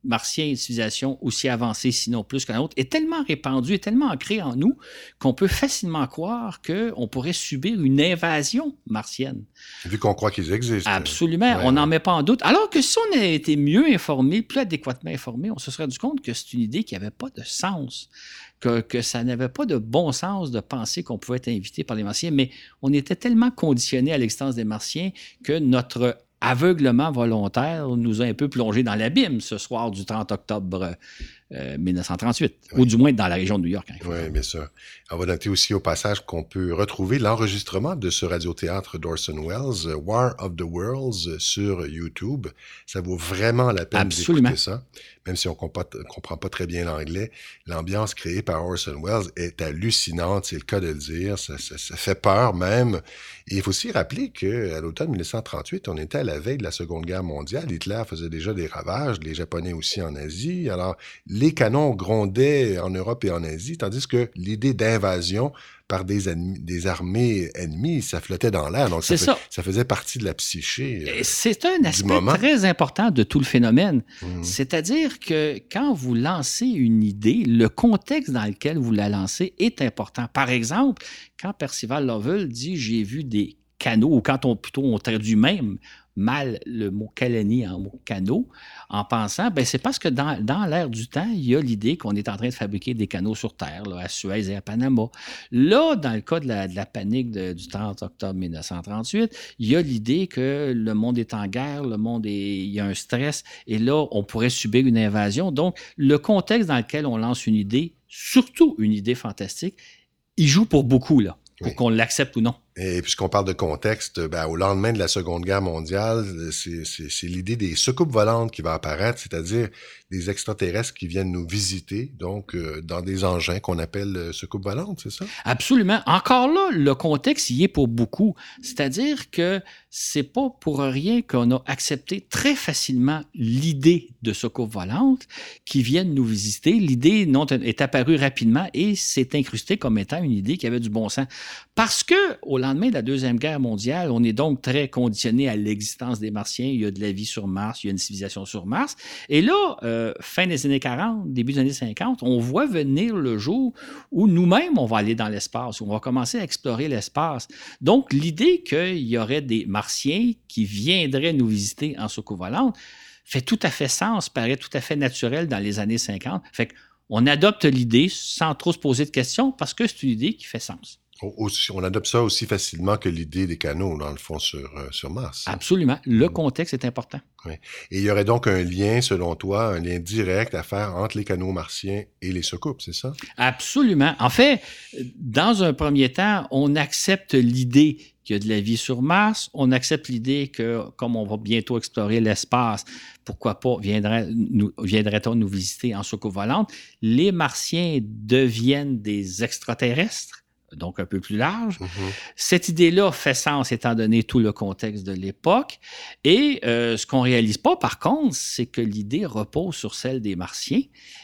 martien, une civilisation aussi avancée, sinon plus que la nôtre, est tellement répandue, est tellement ancrée en nous qu'on peut facilement croire qu'on pourrait subir une invasion martienne. Vu qu'on croit qu'ils existent. Absolument, ouais, on n'en ouais. met pas en doute. Alors que si on avait été mieux informé, plus adéquatement informé, on se serait rendu compte que c'est une idée qui n'avait pas de sens, que, que ça n'avait pas de bon sens de penser qu'on pouvait être invité par les martiens, mais on était tellement conditionné à l'existence des martiens que notre aveuglement volontaire nous a un peu plongé dans l'abîme ce soir du trente octobre euh, mille neuf cent trente-huit, oui. Ou du moins dans la région de New York. Oui, bien sûr. On va noter aussi au passage qu'on peut retrouver l'enregistrement de ce radiothéâtre d'Orson Welles, War of the Worlds, sur YouTube. Ça vaut vraiment la peine Absolument. d'écouter ça. Même si on ne comprend pas très bien l'anglais, l'ambiance créée par Orson Welles est hallucinante, c'est le cas de le dire. Ça, ça, ça fait peur même. Et il faut aussi rappeler qu'à l'automne mille neuf cent trente-huit, on était à la veille de la Seconde Guerre mondiale. Hitler faisait déjà des ravages, les Japonais aussi en Asie. Alors, les canons grondaient en Europe et en Asie, tandis que l'idée d'invasion par des, ennemis, des armées ennemies, ça flottait dans l'air. Donc, ça, fait, ça. ça faisait partie de la psyché euh, C'est un aspect très important de tout le phénomène. Mmh. C'est-à-dire que quand vous lancez une idée, le contexte dans lequel vous la lancez est important. Par exemple, quand Percival Lovell dit « j'ai vu des canaux », ou quand on, plutôt on traduit même mal le mot « colony » en mot « canot », en pensant, ben c'est parce que dans, dans l'air du temps, il y a l'idée qu'on est en train de fabriquer des canaux sur Terre, là, à Suez et à Panama. Là, dans le cas de la, de la panique de, du trente octobre mille neuf cent trente-huit, il y a l'idée que le monde est en guerre, le monde est, il y a un stress, et là, on pourrait subir une invasion. Donc, le contexte dans lequel on lance une idée, surtout une idée fantastique, il joue pour beaucoup, là, pour oui. qu'on l'accepte ou non. Et puisqu'on parle de contexte, ben, au lendemain de la Seconde Guerre mondiale, c'est, c'est, c'est l'idée des soucoupes volantes qui va apparaître, c'est-à-dire des extraterrestres qui viennent nous visiter, donc euh, dans des engins qu'on appelle euh, soucoupes volantes, c'est ça? Absolument. Encore là, le contexte y est pour beaucoup. C'est-à-dire que c'est pas pour rien qu'on a accepté très facilement l'idée de soucoupes volantes qui viennent nous visiter. L'idée non, est apparue rapidement et s'est incrustée comme étant une idée qui avait du bon sens. Parce que, au lendemain de la Deuxième Guerre mondiale, on est donc très conditionné à l'existence des Martiens. Il y a de la vie sur Mars, il y a une civilisation sur Mars. Et là, euh, fin des années quarante, début des années cinquante, on voit venir le jour où nous-mêmes, on va aller dans l'espace, où on va commencer à explorer l'espace. Donc, l'idée qu'il y aurait des Martiens qui viendraient nous visiter en soucoupe volante fait tout à fait sens, paraît tout à fait naturel dans les années cinquante. Fait qu'on adopte l'idée sans trop se poser de questions parce que c'est une idée qui fait sens. Aussi, on adopte ça aussi facilement que l'idée des canaux, dans le fond, sur, euh, sur Mars. Absolument. Le mmh. contexte est important. Oui. Et il y aurait donc un lien, selon toi, un lien direct à faire entre les canaux martiens et les soucoupes, c'est ça? Absolument. En fait, dans un premier temps, on accepte l'idée qu'il y a de la vie sur Mars. On accepte l'idée que, comme on va bientôt explorer l'espace, pourquoi pas viendrait, nous, viendrait-on nous visiter en soucoupe volante? Les Martiens deviennent des extraterrestres, donc un peu plus large. Mm-hmm. Cette idée-là fait sens étant donné tout le contexte de l'époque. Et euh, ce qu'on ne réalise pas, par contre, c'est que l'idée repose sur celle des Martiens.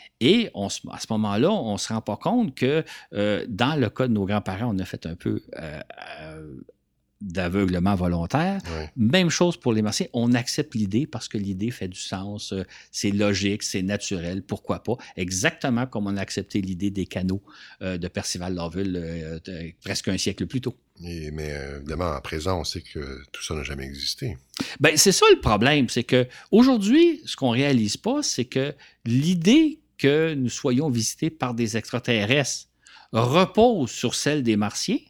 Et on, à ce moment-là, on ne se rend pas compte que euh, dans le cas de nos grands-parents, on a fait un peu euh, euh, d'aveuglement volontaire. Oui. Même chose pour les Martiens. On accepte l'idée parce que l'idée fait du sens, euh, c'est logique, c'est naturel, pourquoi pas. Exactement comme on a accepté l'idée des canaux euh, de Percival Lovell euh, de, presque un siècle plus tôt. Et, mais euh, évidemment, à présent, on sait que tout ça n'a jamais existé. Ben, c'est ça le problème, c'est qu'aujourd'hui, ce qu'on ne réalise pas, c'est que l'idée que nous soyons visités par des extraterrestres repose sur celle des Martiens,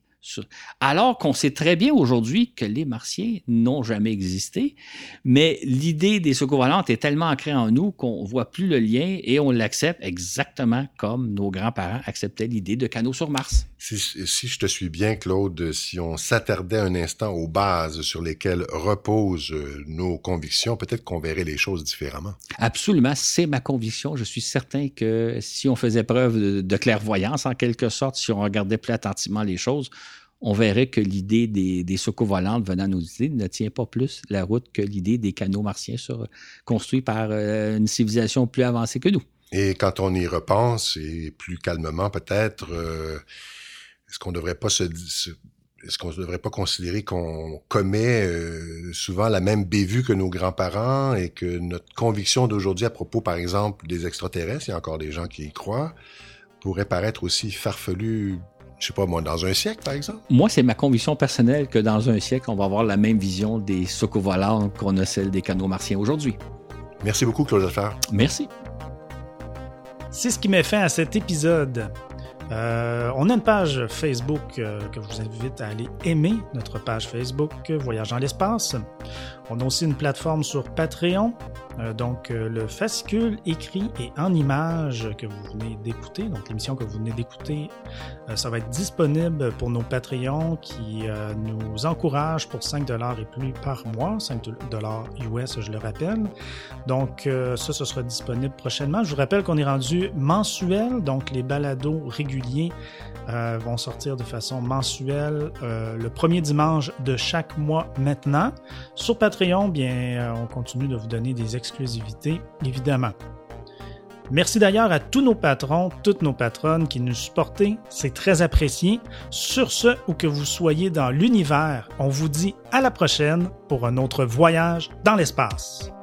alors qu'on sait très bien aujourd'hui que les Martiens n'ont jamais existé, mais l'idée des soucoupes volantes est tellement ancrée en nous qu'on ne voit plus le lien et on l'accepte exactement comme nos grands-parents acceptaient l'idée de canaux sur Mars. Si, si je te suis bien, Claude, si on s'attardait un instant aux bases sur lesquelles reposent nos convictions, peut-être qu'on verrait les choses différemment. Absolument, c'est ma conviction. Je suis certain que si on faisait preuve de, de clairvoyance, en quelque sorte, si on regardait plus attentivement les choses, on verrait que l'idée des, des soucoupes volantes venant nous visiter ne tient pas plus la route que l'idée des canaux martiens sur, construits par euh, une civilisation plus avancée que nous. Et quand on y repense, et plus calmement peut-être, euh, est-ce qu'on ne devrait pas se, se est-ce qu'on ne devrait pas considérer qu'on commet euh, souvent la même bévue que nos grands-parents et que notre conviction d'aujourd'hui à propos, par exemple, des extraterrestres, il y a encore des gens qui y croient, pourrait paraître aussi farfelue, je sais pas moi, dans un siècle, par exemple? Moi, c'est ma conviction personnelle que dans un siècle, on va avoir la même vision des socovolants qu'on a celle des canaux martiens aujourd'hui. Merci beaucoup, Claude Lefebvre. Merci. C'est ce qui met fin à cet épisode. Euh, on a une page Facebook euh, que je vous invite à aller aimer, notre page Facebook euh, Voyage dans l'espace. On a aussi une plateforme sur Patreon, euh, donc euh, le fascicule écrit et en images que vous venez d'écouter, donc l'émission que vous venez d'écouter, euh, ça va être disponible pour nos Patreons qui euh, nous encouragent pour cinq dollars et plus par mois, cinq dollars U S, je le rappelle. Donc euh, ça, ce sera disponible prochainement. Je vous rappelle qu'on est rendu mensuel, donc les balados réguliers Euh, vont sortir de façon mensuelle euh, le premier dimanche de chaque mois maintenant. Sur Patreon, bien, euh, on continue de vous donner des exclusivités, évidemment. Merci d'ailleurs à tous nos patrons, toutes nos patronnes qui nous supportent. C'est très apprécié. Sur ce, où que vous soyez dans l'univers, on vous dit à la prochaine pour un autre voyage dans l'espace.